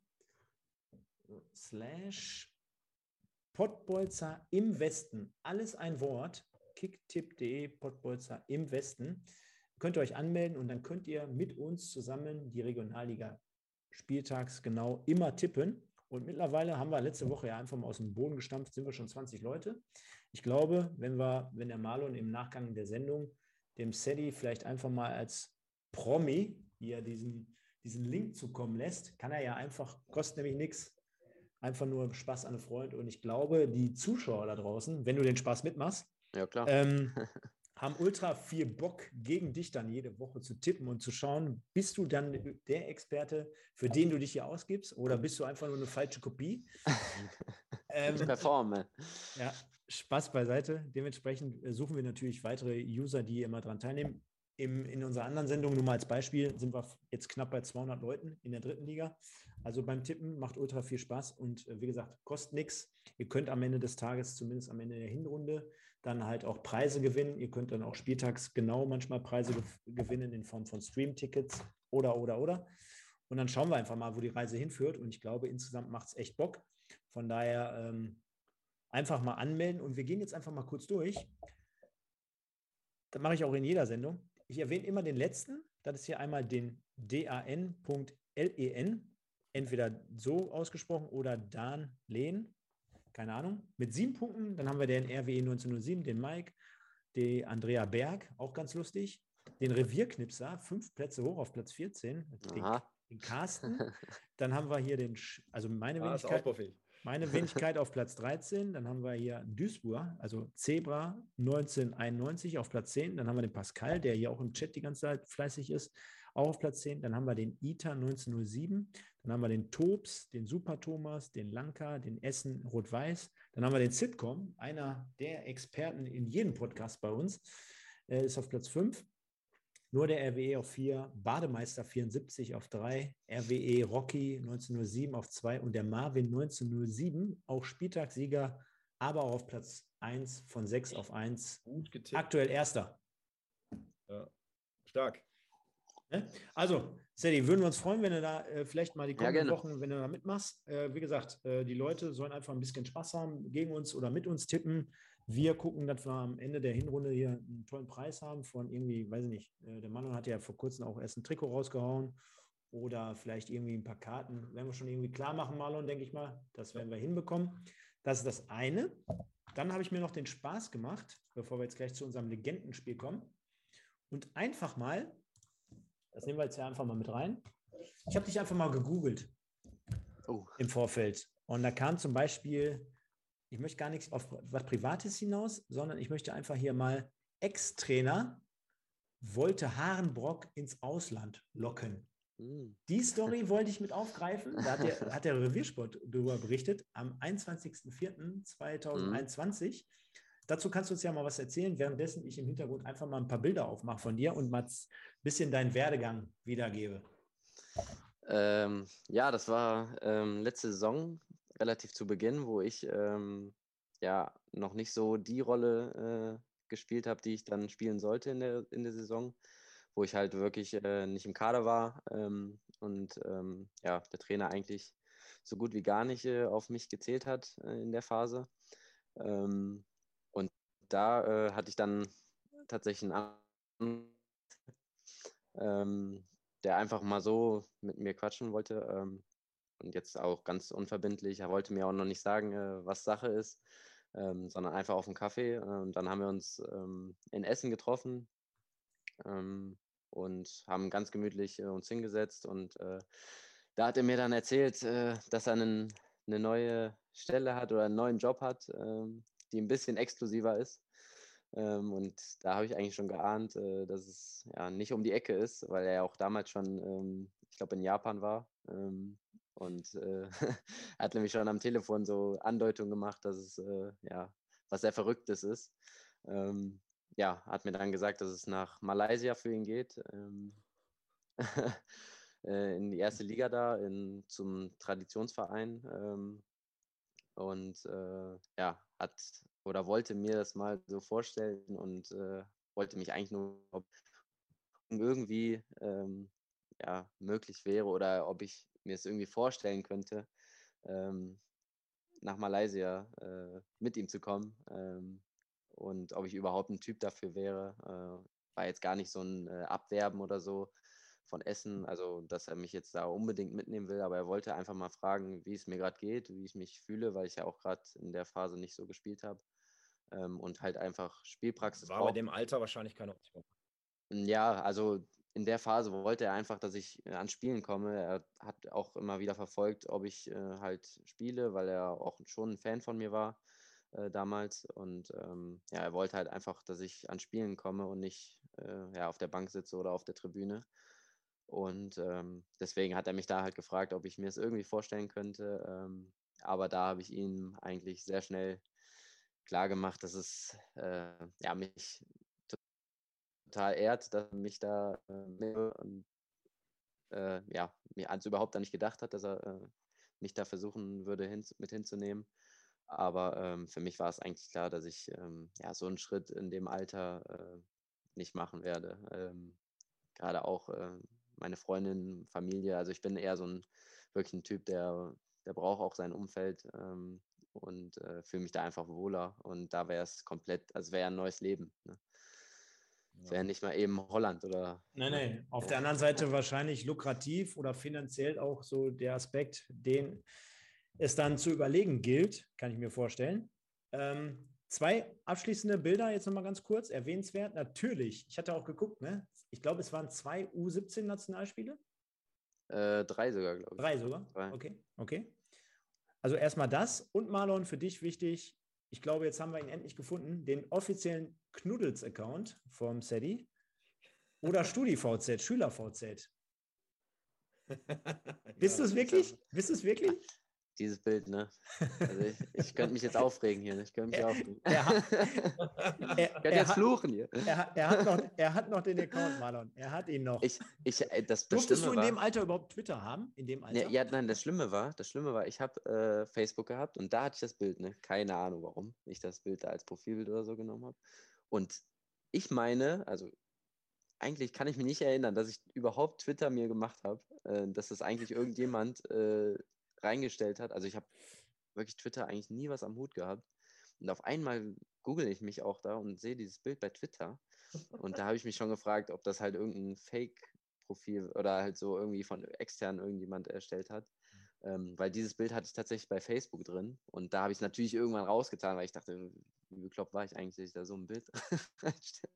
slash Pottbolzer im Westen, alles ein Wort, kicktipp punkt de, Pottbolzer im Westen. Könnt ihr euch anmelden und dann könnt ihr mit uns zusammen die Regionalliga spieltags genau immer tippen. Und mittlerweile haben wir letzte Woche ja einfach mal aus dem Boden gestampft, sind wir schon zwanzig Leute. Ich glaube, wenn wir, wenn der Marlon im Nachgang der Sendung dem Sadie vielleicht einfach mal als Promi hier diesen, diesen Link zukommen lässt, kann er ja einfach, kostet nämlich nichts, einfach nur Spaß an einen Freund. Und ich glaube, die Zuschauer da draußen, wenn du den Spaß mitmachst, Ja, klar. ähm, haben ultra viel Bock, gegen dich dann jede Woche zu tippen und zu schauen, bist du dann der Experte, für den du dich hier ausgibst, oder bist du einfach nur eine falsche Kopie? ähm, Ich performe. Ja, Spaß beiseite. Dementsprechend suchen wir natürlich weitere User, die immer daran teilnehmen. Im, in unserer anderen Sendung, nur mal als Beispiel, sind wir jetzt knapp bei zweihundert Leuten in der dritten Liga. Also beim Tippen macht ultra viel Spaß und wie gesagt, kostet nichts. Ihr könnt am Ende des Tages, zumindest am Ende der Hinrunde, dann halt auch Preise gewinnen. Ihr könnt dann auch spieltags genau manchmal Preise gewinnen in Form von Stream-Tickets oder, oder, oder. Und dann schauen wir einfach mal, wo die Reise hinführt. Und ich glaube, insgesamt macht es echt Bock. Von daher ähm, einfach mal anmelden und wir gehen jetzt einfach mal kurz durch. das mache ich auch in jeder Sendung. Ich erwähne immer den letzten. Das ist hier einmal den Dan.len, entweder so ausgesprochen oder Dan Lehn, keine Ahnung, mit sieben Punkten. Dann haben wir den R W E neunzehnhundertsieben, den Mike, die Andrea Berg, auch ganz lustig, den Revierknipser, fünf Plätze hoch auf Platz vierzehn, den, Aha. den Carsten. Dann haben wir hier den, also meine Ah, ist Wenigkeit, ausbaufähig. meine Wenigkeit auf Platz dreizehn. Dann haben wir hier Duisburg, also Zebra neunzehnhunderteinundneunzig auf Platz zehn. Dann haben wir den Pascal, der hier auch im Chat die ganze Zeit fleißig ist, auch auf Platz zehn. Dann haben wir den Ita neunzehnhundertsieben. Dann haben wir den Tobs, den Super Thomas, den Lanka, den Essen Rot-Weiß. Dann haben wir den Sitcom, einer der Experten in jedem Podcast bei uns, äh, ist auf Platz fünf. Nur der R W E auf vier, Bademeister vierundsiebzig auf drei, R W E Rocky neunzehnhundertsieben auf zwei und der Marvin neunzehnhundertsieben, auch Spieltagssieger, aber auch auf Platz eins von sechs auf eins. Gut getippt. Aktuell Erster. Ja. Stark. Also, Sadie, würden wir uns freuen, wenn du da äh, vielleicht mal die kommenden Ja, Wochen, wenn du da mitmachst. Äh, wie gesagt, äh, die Leute sollen einfach ein bisschen Spaß haben, gegen uns oder mit uns tippen. Wir gucken, dass wir am Ende der Hinrunde hier einen tollen Preis haben von irgendwie, weiß ich nicht, äh, der Manuel hat ja vor kurzem auch erst ein Trikot rausgehauen oder vielleicht irgendwie ein paar Karten. Werden wir schon irgendwie klar machen, Marlon, denke ich mal. Das werden wir hinbekommen. Das ist das eine. Dann habe ich mir noch den Spaß gemacht, bevor wir jetzt gleich zu unserem Legendenspiel kommen. Und einfach mal, das nehmen wir jetzt ja einfach mal mit rein. Ich habe dich einfach mal gegoogelt Oh. im Vorfeld. Und da kam zum Beispiel, ich möchte gar nichts auf was Privates hinaus, sondern ich möchte einfach hier mal Ex-Trainer wollte Harenbrock ins Ausland locken. Hm. Die Story wollte ich mit aufgreifen. Da hat der, hat der Reviersport darüber berichtet, am einundzwanzigsten vierten zweitausendeinundzwanzig. Mhm. Dazu kannst du uns ja mal was erzählen, währenddessen ich im Hintergrund einfach mal ein paar Bilder aufmache von dir und mal ein bisschen deinen Werdegang wiedergebe. Ähm, ja, das war ähm, letzte Saison, relativ zu Beginn, wo ich ähm, ja noch nicht so die Rolle äh, gespielt habe, die ich dann spielen sollte in der, in der Saison, wo ich halt wirklich äh, nicht im Kader war ähm, und ähm, ja, der Trainer eigentlich so gut wie gar nicht äh, auf mich gezählt hat äh, in der Phase. Ähm, und da äh, hatte ich dann tatsächlich einen ähm, der einfach mal so mit mir quatschen wollte ähm, und jetzt auch ganz unverbindlich. Er wollte mir auch noch nicht sagen, äh, was Sache ist, ähm, sondern einfach auf einen Kaffee. Äh, und dann haben wir uns ähm, in Essen getroffen ähm, und haben ganz gemütlich äh, uns hingesetzt. Und äh, da hat er mir dann erzählt, äh, dass er einen, eine neue Stelle hat oder einen neuen Job hat, ähm, die ein bisschen exklusiver ist. Ähm, und da habe ich eigentlich schon geahnt, äh, dass es ja nicht um die Ecke ist, weil er ja auch damals schon, ähm, ich glaube, in Japan war. Ähm, und äh, hat nämlich schon am Telefon so Andeutungen gemacht, dass es äh, ja was sehr Verrücktes ist. Ähm, ja, hat mir dann gesagt, dass es nach Malaysia für ihn geht. Ähm, in die erste Liga da, in, zum Traditionsverein. Ähm, und äh, ja, hat oder wollte mir das mal so vorstellen und äh, wollte mich eigentlich nur, ob irgendwie ähm, ja, möglich wäre oder ob ich mir es irgendwie vorstellen könnte, ähm, nach Malaysia äh, mit ihm zu kommen ähm, und ob ich überhaupt ein Typ dafür wäre. Äh, war jetzt gar nicht so ein äh, Abwerben oder so von Essen, also dass er mich jetzt da unbedingt mitnehmen will, aber er wollte einfach mal fragen, wie es mir gerade geht, wie ich mich fühle, weil ich ja auch gerade in der Phase nicht so gespielt habe ähm, und halt einfach Spielpraxis War bei braucht. dem Alter wahrscheinlich keine Option. Ja, also in der Phase wollte er einfach, dass ich äh, ans Spielen komme. Er hat auch immer wieder verfolgt, ob ich äh, halt spiele, weil er auch schon ein Fan von mir war äh, damals. Und ähm, ja, er wollte halt einfach, dass ich ans Spielen komme und nicht äh, ja, auf der Bank sitze oder auf der Tribüne. Und ähm, deswegen hat er mich da halt gefragt, ob ich mir es irgendwie vorstellen könnte. Ähm, aber da habe ich ihm eigentlich sehr schnell klar gemacht, dass es äh, ja, mich total ehrt, dass er mich da äh, und äh, ja, mir also überhaupt da nicht gedacht hat, dass er äh, mich da versuchen würde, hin, mit hinzunehmen. Aber ähm, für mich war es eigentlich klar, dass ich ähm, ja, so einen Schritt in dem Alter äh, nicht machen werde. Ähm, gerade auch äh, meine Freundin, Familie, also ich bin eher so ein wirklich ein Typ, der, der braucht auch sein Umfeld ähm, und äh, fühle mich da einfach wohler. Und da wäre es komplett, also wäre ein neues Leben. Ne? Das wäre nicht mal eben Holland oder. Nein, nein. Auf der anderen Seite wahrscheinlich lukrativ oder finanziell auch so der Aspekt, den es dann zu überlegen gilt, kann ich mir vorstellen. Ähm, zwei abschließende Bilder jetzt nochmal ganz kurz, erwähnenswert. Natürlich, ich hatte auch geguckt, ne? Ich glaube, es waren zwei U siebzehn-Nationalspiele. Äh, drei sogar, glaube ich. Drei sogar? Drei. Okay, okay. Also erstmal das. Und Marlon, für dich wichtig, ich glaube, jetzt haben wir ihn endlich gefunden, den offiziellen Knuddels-Account vom SEDI oder StudiVZ, SchülerVZ. Bist du es wirklich? Bist du es wirklich? Dieses Bild, ne? Also ich, ich könnte mich jetzt aufregen hier. Ich könnte mich Er- aufregen. er hat- ich könnte jetzt hat- fluchen hier. Er, hat- er, hat noch, er hat noch den Account, Marlon. Er hat ihn noch. Ich, ich, äh, das, das Durftest Schlimme du in war, dem Alter überhaupt Twitter haben? In dem Alter? ja, ja, nein, das Schlimme war, das Schlimme war, ich habe äh, Facebook gehabt und da hatte ich das Bild, ne? Keine Ahnung, warum ich das Bild da als Profilbild oder so genommen habe. Und ich meine, also eigentlich kann ich mich nicht erinnern, dass ich überhaupt Twitter mir gemacht habe, äh, dass das eigentlich irgendjemand äh, reingestellt hat. Also ich habe wirklich Twitter eigentlich nie was am Hut gehabt. Und auf einmal google ich mich auch da und sehe dieses Bild bei Twitter. Und da habe ich mich schon gefragt, ob das halt irgendein Fake-Profil oder halt so irgendwie von extern irgendjemand erstellt hat. Ähm, weil dieses Bild hatte ich tatsächlich bei Facebook drin. Und da habe ich es natürlich irgendwann rausgetan, weil ich dachte, wie bekloppt war ich eigentlich, dass ich da so ein Bild reinstelle.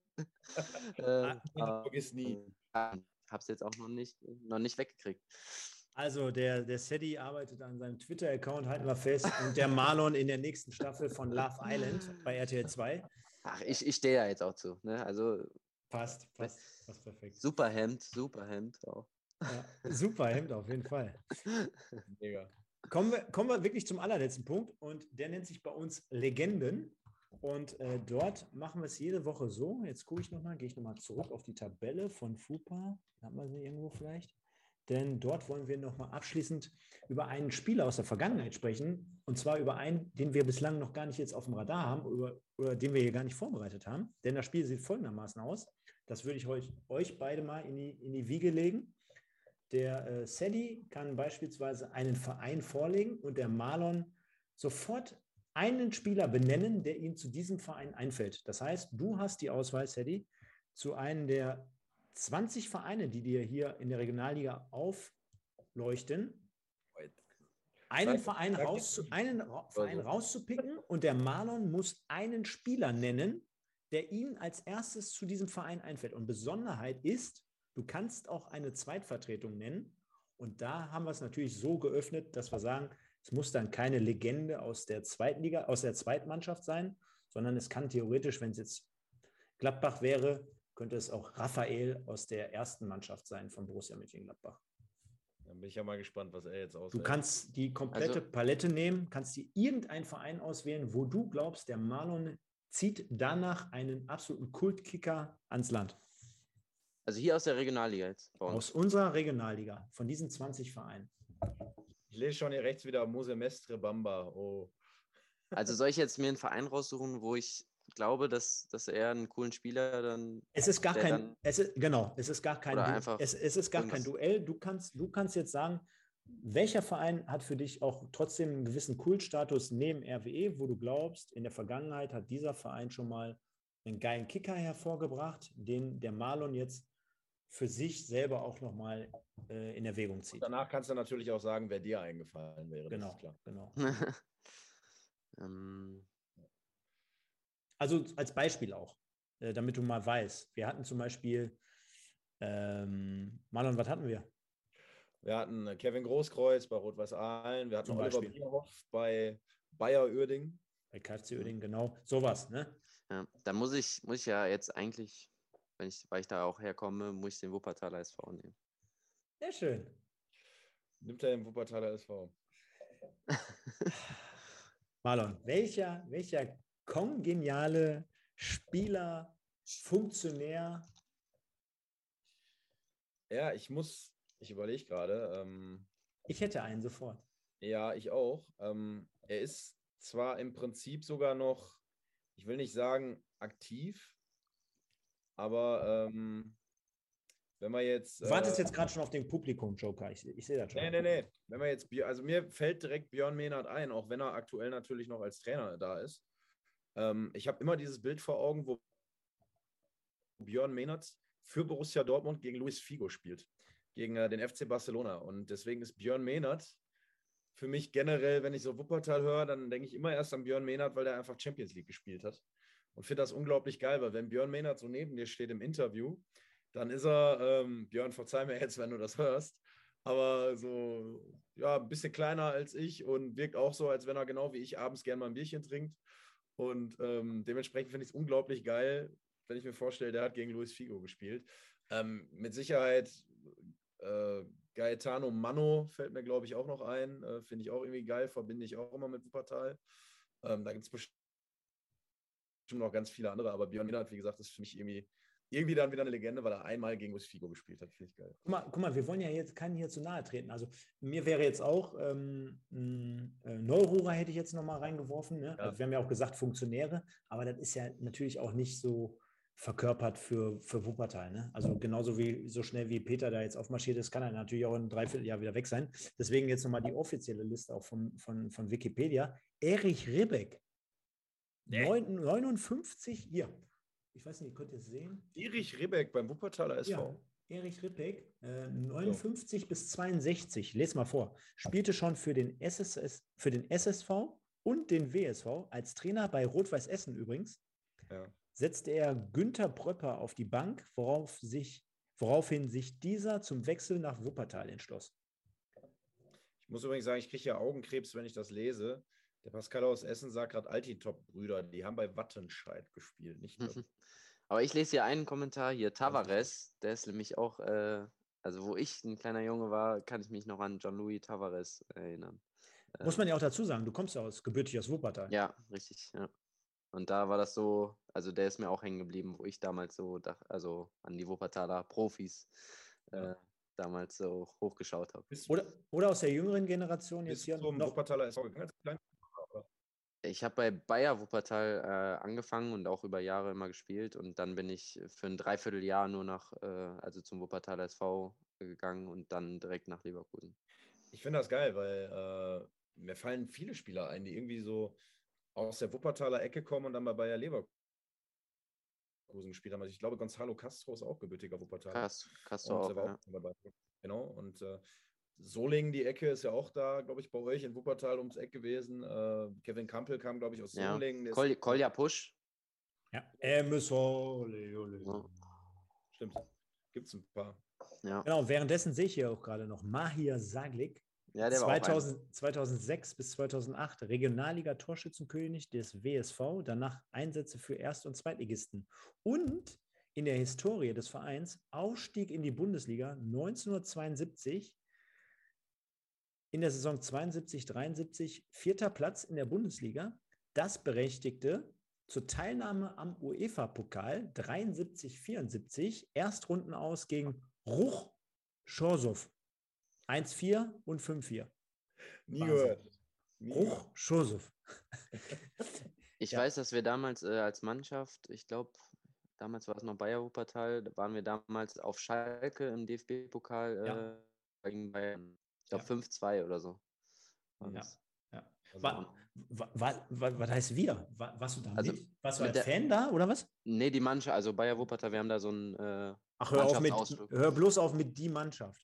ähm, Man vergisst nie. habe es jetzt auch noch nicht, noch nicht weggekriegt. Also der, der SEDI arbeitet an seinem Twitter-Account, halten wir fest. Und der Marlon in der nächsten Staffel von Love Island bei R T L zwei. Ach, ich, ich stehe ja jetzt auch zu. Ne? Also Passt, passt, passt perfekt. super Hemd, super Hemd auch. Ja, super Hemd auf jeden Fall. Mega. Kommen wir, kommen wir wirklich zum allerletzten Punkt und der nennt sich bei uns Legenden. Und äh, dort machen wir es jede Woche so. Jetzt gucke ich nochmal, gehe ich nochmal zurück auf die Tabelle von FUPA. Haben wir sie irgendwo vielleicht? Denn dort wollen wir nochmal abschließend über einen Spieler aus der Vergangenheit sprechen. Und zwar über einen, den wir bislang noch gar nicht jetzt auf dem Radar haben, über, oder den wir hier gar nicht vorbereitet haben. Denn das Spiel sieht folgendermaßen aus. Das würde ich euch, euch beide mal in die, in die Wiege legen. Der äh, SEDI kann beispielsweise einen Verein vorlegen und der Marlon sofort einen Spieler benennen, der ihm zu diesem Verein einfällt. Das heißt, du hast die Auswahl, SEDI, zu einem der zwanzig Vereine, die dir hier in der Regionalliga aufleuchten, einen Verein, raus, einen Verein rauszupicken und der Marlon muss einen Spieler nennen, der ihn als erstes zu diesem Verein einfällt. Und Besonderheit ist, du kannst auch eine Zweitvertretung nennen. Und da haben wir es natürlich so geöffnet, dass wir sagen, es muss dann keine Legende aus der zweiten Liga, aus der Zweitmannschaft sein, sondern es kann theoretisch, wenn es jetzt Gladbach wäre, könnte es auch Raphael aus der ersten Mannschaft sein von Borussia Mönchengladbach. Dann bin ich ja mal gespannt, was er jetzt auswählt. Du kannst die komplette Also, Palette nehmen, kannst dir irgendeinen Verein auswählen, wo du glaubst, der Marlon zieht danach einen absoluten Kultkicker ans Land. also hier aus der Regionalliga jetzt. Bei uns. Aus unserer Regionalliga, von diesen zwanzig Vereinen. Ich lese schon hier rechts wieder Mose Mestre Bamba. Oh. Also soll ich jetzt mir einen Verein raussuchen, wo ich glaube, dass, dass er einen coolen Spieler dann. Es ist gar der kein, dann- es ist, genau, es ist gar kein, Oder Du- einfach es, es ist gar kein irgendwas- Duell. Du kannst, du kannst jetzt sagen, welcher Verein hat für dich auch trotzdem einen gewissen Kultstatus neben R W E, wo du glaubst, in der Vergangenheit hat dieser Verein schon mal einen geilen Kicker hervorgebracht, den der Marlon jetzt für sich selber auch nochmal äh, in Erwägung zieht. Danach kannst du natürlich auch sagen, wer dir eingefallen wäre. Das Genau, ist klar. genau. ähm, Also als Beispiel auch, äh, damit du mal weißt. Wir hatten zum Beispiel, ähm, Marlon, was hatten wir? Wir hatten Kevin Großkreuz bei Rot-Weiß Aalen. Wir hatten Zum Oliver Beispiel. Bierhoff bei Bayer Uerdingen. Bei K F C Uerdingen, genau. Sowas, ne? ja, da muss ich, muss ich ja jetzt eigentlich, wenn ich, weil ich da auch herkomme, muss ich den Wuppertaler S V nehmen. Sehr schön. Nimmt er den Wuppertaler S V? Marlon, welcher, welcher kongeniale Spieler, Funktionär, Ja, ich muss, ich überlege gerade. Ähm, ich hätte einen sofort. ja, ich auch. Ähm, er ist zwar im Prinzip sogar noch, ich will nicht sagen aktiv, aber ähm, wenn wir jetzt. Du wartest äh, jetzt gerade schon auf den Publikum-Joker. Ich, ich sehe das schon. Nee, nee, nee. Wenn wir jetzt, Björ- also mir fällt direkt Björn Mehnert ein, auch wenn er aktuell natürlich noch als Trainer da ist. Ähm, ich habe immer dieses Bild vor Augen, wo Björn Mehnert für Borussia Dortmund gegen Luis Figo spielt, gegen äh, den F C Barcelona. Und deswegen ist Björn Mehnert für mich generell, wenn ich so Wuppertal höre, dann denke ich immer erst an Björn Mehnert, weil der einfach Champions League gespielt hat. Und finde das unglaublich geil, weil wenn Björn Mehnert so neben dir steht im Interview, dann ist er, ähm, Björn, verzeih mir jetzt, wenn du das hörst, aber so, ja, ein bisschen kleiner als ich und wirkt auch so, als wenn er genau wie ich abends gerne mal ein Bierchen trinkt. Und ähm, dementsprechend finde ich es unglaublich geil, wenn ich mir vorstelle, der hat gegen Luis Figo gespielt. Ähm, mit Sicherheit äh, Gaetano Manno fällt mir, glaube ich, auch noch ein. Äh, finde ich auch irgendwie geil, verbinde ich auch immer mit Wuppertal. Ähm, da gibt es bestimmt noch ganz viele andere, aber Björn Mehnert, wie gesagt, ist für mich irgendwie, irgendwie dann wieder eine Legende, weil er einmal gegen Luis Figo gespielt hat. Finde ich geil. Guck mal, guck mal, wir wollen ja jetzt keinen hier zu nahe treten. Also mir wäre jetzt auch ähm, ein äh, Neururer hätte ich jetzt nochmal reingeworfen. Ne? Ja. Also wir haben ja auch gesagt Funktionäre, aber das ist ja natürlich auch nicht so verkörpert für, für Wuppertal. Ne? Also genauso wie so schnell wie Peter da jetzt aufmarschiert ist, kann er natürlich auch in einem Dreivierteljahr wieder weg sein. Deswegen jetzt nochmal die offizielle Liste auch von, von, von Wikipedia. Erich Ribbeck, Nee. neunundfünfzig, hier. Ich weiß nicht, könnt ihr es sehen? Erich Ribbeck beim Wuppertaler S V. Ja, Erich Ribbeck, äh, neunundfünfzig so. bis zweiundsechzig, les mal vor, spielte schon für den, S S S, für den S S V und den W S V, als Trainer bei Rot-Weiß Essen übrigens, Ja. setzte er Günther Pröpper auf die Bank, worauf sich, woraufhin sich dieser zum Wechsel nach Wuppertal entschloss. Ich muss übrigens sagen, ich kriege ja Augenkrebs, wenn ich das lese. Der Pascal aus Essen sagt gerade Altintop-Brüder, die haben bei Wattenscheid gespielt, nicht nur. Aber ich lese hier einen Kommentar hier, Tavares, der ist nämlich auch, äh, also wo ich ein kleiner Junge war, kann ich mich noch an John-Louis Tavares erinnern. Muss man ja auch dazu sagen, du kommst ja aus, gebürtig aus Wuppertal. Ja, richtig, ja. Und da war das so, also der ist mir auch hängen geblieben, wo ich damals so, dacht, also an die Wuppertaler Profis Ja. äh, damals so hochgeschaut habe. Oder, oder aus der jüngeren Generation jetzt Bist hier du zum noch. Wuppertaler S V gegangen? Ich habe bei Bayer Wuppertal äh, angefangen und auch über Jahre immer gespielt und dann bin ich für ein Dreivierteljahr nur nach, äh, also zum Wuppertaler S V gegangen und dann direkt nach Leverkusen. Ich finde das geil, weil äh, mir fallen viele Spieler ein, die irgendwie so aus der Wuppertaler Ecke kommen und dann bei Bayer Leverkusen gespielt haben. Also ich glaube, Gonzalo Castro ist auch gebürtiger Wuppertaler. Cast, Castro und, auch, war ja. auch dabei. Genau, und äh, Solingen, die Ecke, ist ja auch da, glaube ich, bei euch in Wuppertal ums Eck gewesen. Äh, Kevin Kampel kam, glaube ich, aus Ja. Solingen. Kol Kolja Pusch. Ja, Emerson, ole, ole. Ja. Stimmt, gibt es ein paar. Ja. Genau, währenddessen sehe ich hier auch gerade noch Mahir Saglik. Ja, der zweitausend, war auch zweitausendsechs bis zweitausendacht Regionalliga-Torschützenkönig des W S V, danach Einsätze für Erst- und Zweitligisten. Und in der Historie des Vereins Aufstieg in die Bundesliga neunzehnhundertzweiundsiebzig, in der Saison zweiundsiebzig dreiundsiebzig, vierter Platz in der Bundesliga. Das berechtigte zur Teilnahme am UEFA-Pokal dreiundsiebzig vierundsiebzig, Erstrunden aus gegen Ruch Chorzow. eins vier und fünf vier. Nie Wahnsinn. gehört. Nie Ruch gehört. Chorzow. Ich Ja. weiß, dass wir damals äh, als Mannschaft, ich glaube, damals war es noch Bayer Wuppertal, da waren wir damals auf Schalke im D F B-Pokal Ja. äh, gegen Bayern. Ich glaube Ja. fünf zwei oder so. war Ja. das. Ja. Also, Wa- wa- wa- wa- Was heißt wieder? Wa- Warst du da Also, mit? Warst du mit als der- Fan da oder was? Nee, die Mannschaft, also Bayer Wuppertal, wir haben da so einen äh, Ach, hör auf mit, Mannschaftsausflug. hör bloß auf mit die Mannschaft.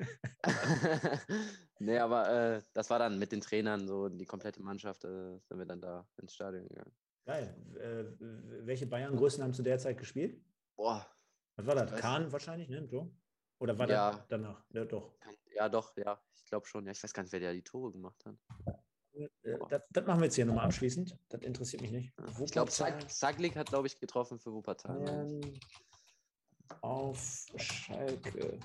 Nee, aber äh, das war dann mit den Trainern so, die komplette Mannschaft, äh, sind wir dann da ins Stadion gegangen. Geil. Äh, welche Bayern-Größen haben zu der Zeit gespielt? Boah, Was war das? weiß Kahn wahrscheinlich, ne? So? Oder war Ja. das danach? Ja, doch. kann, ja doch, ja, ich glaube schon. Ja, ich weiß gar nicht, wer da die Tore gemacht hat. Äh, Das, das machen wir jetzt hier nochmal abschließend. Das interessiert mich nicht. Ja. Ich glaube, Wuppertal, Saglik hat, glaube ich, getroffen für Wuppertal. meine ich. ähm, auf Schalke.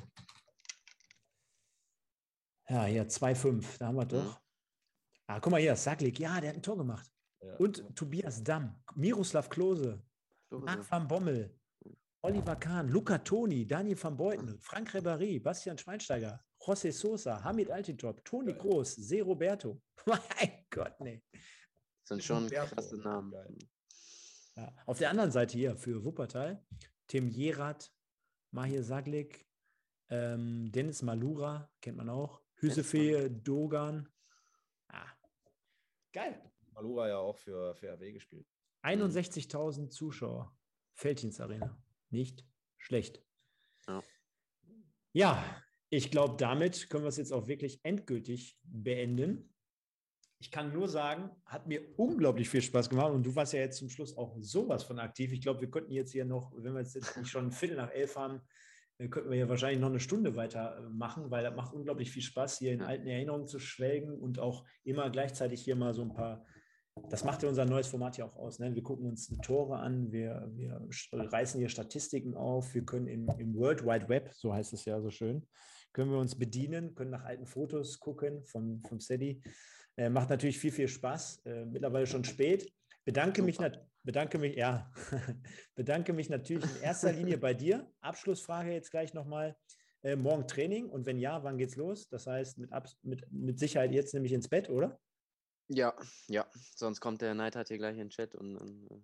Ja, hier zwei fünf. Da haben wir doch. Mhm. Ah, guck mal hier, Saglik. Ja, der hat ein Tor gemacht. ja. Und Tobias Damm, Miroslav Klose, Klose. Marc van Bommel, Oliver Kahn, Luca Toni, Daniel van Beuten, Frank Ribéry, Bastian Schweinsteiger, José Sosa, Hamid Altintop, Toni Geil. Kroos, Se Roberto. Mein Gott, nee. Das sind schon Roberto. krasse Namen. Geil. Ja. Auf der anderen Seite hier für Wuppertal, Tim Jerat, Mahir Saglik, ähm, Dennis Malura, kennt man auch, Hüsefe Dogan. Ah. Geil. Malura ja auch für, für R W gespielt. einundsechzigtausend Zuschauer, Felddienst Arena. nicht schlecht. Ja. Ja, ich glaube, damit können wir es jetzt auch wirklich endgültig beenden. Ich kann nur sagen, hat mir unglaublich viel Spaß gemacht und du warst ja jetzt zum Schluss auch sowas von aktiv. Ich glaube, wir könnten jetzt hier noch, wenn wir jetzt nicht schon ein Viertel nach elf haben, könnten wir hier wahrscheinlich noch eine Stunde weitermachen, weil das macht unglaublich viel Spaß, hier in alten Erinnerungen zu schwelgen und auch immer gleichzeitig hier mal so ein paar, das macht ja unser neues Format ja auch aus. Ne? Wir gucken uns die Tore an, wir, wir reißen hier Statistiken auf, wir können im, im World Wide Web, so heißt es ja so schön, können wir uns bedienen, können nach alten Fotos gucken vom, vom Steady. Äh, macht natürlich viel, viel Spaß. Äh, mittlerweile schon spät. Bedanke mich, bedanke mich, ja, bedanke mich natürlich in erster Linie bei dir. Abschlussfrage jetzt gleich nochmal. Äh, morgen Training und wenn ja, wann geht's los? Das heißt, mit, mit, mit Sicherheit jetzt nämlich ins Bett, oder? Ja, ja. Sonst kommt der Neidhardt hier gleich in den Chat und dann.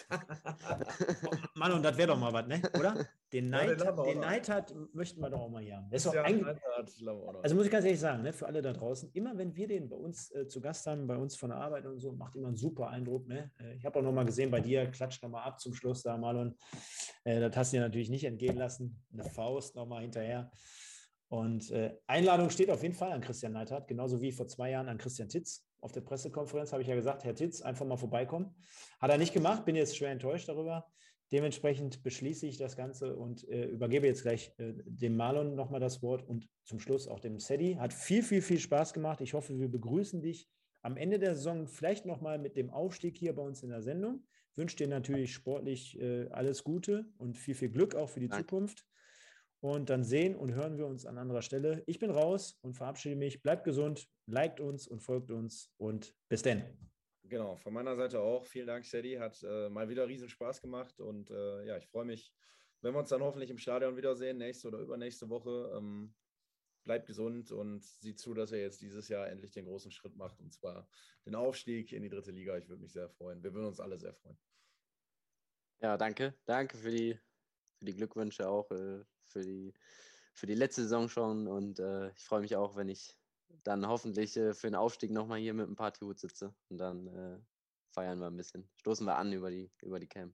Mann, und das wäre doch mal was, ne? Oder? Den Neid, ja, den, den Neidhardt möchten wir doch auch mal hier haben. Das ist ja, also muss ich ganz ehrlich sagen, ne, für alle da draußen, immer wenn wir den bei uns äh, zu Gast haben, bei uns von der Arbeit und so, macht immer einen super Eindruck. Ne? Äh, ich habe auch nochmal gesehen, bei dir, klatscht nochmal ab zum Schluss da, Marlon. Äh, das hast du dir natürlich nicht entgehen lassen. Eine Faust nochmal hinterher. Und äh, Einladung steht auf jeden Fall an Christian Neidhardt, genauso wie vor zwei Jahren an Christian Titz. Auf der Pressekonferenz habe ich ja gesagt, Herr Titz, einfach mal vorbeikommen. Hat er nicht gemacht, bin jetzt schwer enttäuscht darüber. Dementsprechend beschließe ich das Ganze und äh, übergebe jetzt gleich äh, dem Marlon nochmal das Wort und zum Schluss auch dem Sedi. Hat viel, viel, viel Spaß gemacht. Ich hoffe, wir begrüßen dich am Ende der Saison vielleicht nochmal mit dem Aufstieg hier bei uns in der Sendung. Ich wünsche dir natürlich sportlich äh, alles Gute und viel, viel Glück auch für die Danke. Zukunft. Und dann sehen und hören wir uns an anderer Stelle. Ich bin raus und verabschiede mich. Bleibt gesund, liked uns und folgt uns und bis dann. Genau, von meiner Seite auch. Vielen Dank, Sadie. Hat äh, mal wieder riesen Spaß gemacht und äh, ja, ich freue mich, wenn wir uns dann hoffentlich im Stadion wiedersehen, nächste oder übernächste Woche. Ähm, bleibt gesund und sieht zu, dass er jetzt dieses Jahr endlich den großen Schritt macht und zwar den Aufstieg in die dritte Liga. Ich würde mich sehr freuen. Wir würden uns alle sehr freuen. Ja, danke. Danke für die, für die Glückwünsche auch, äh, für die, für die letzte Saison schon und äh, ich freue mich auch, wenn ich dann hoffentlich äh, für den Aufstieg nochmal hier mit einem Partyhut sitze und dann äh, feiern wir ein bisschen. Stoßen wir an über die, über die Cam.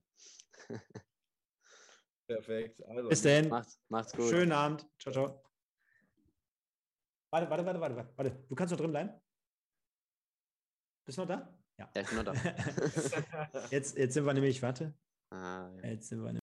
Perfekt. Also, bis dann. Macht's, macht's gut. Schönen Abend. Ciao, ciao. Warte, warte, warte, warte, warte. Du kannst noch drin bleiben? Bist du noch da? Ja, ja ich bin noch da. jetzt, jetzt sind wir nämlich, warte. Ah, ja. Jetzt sind wir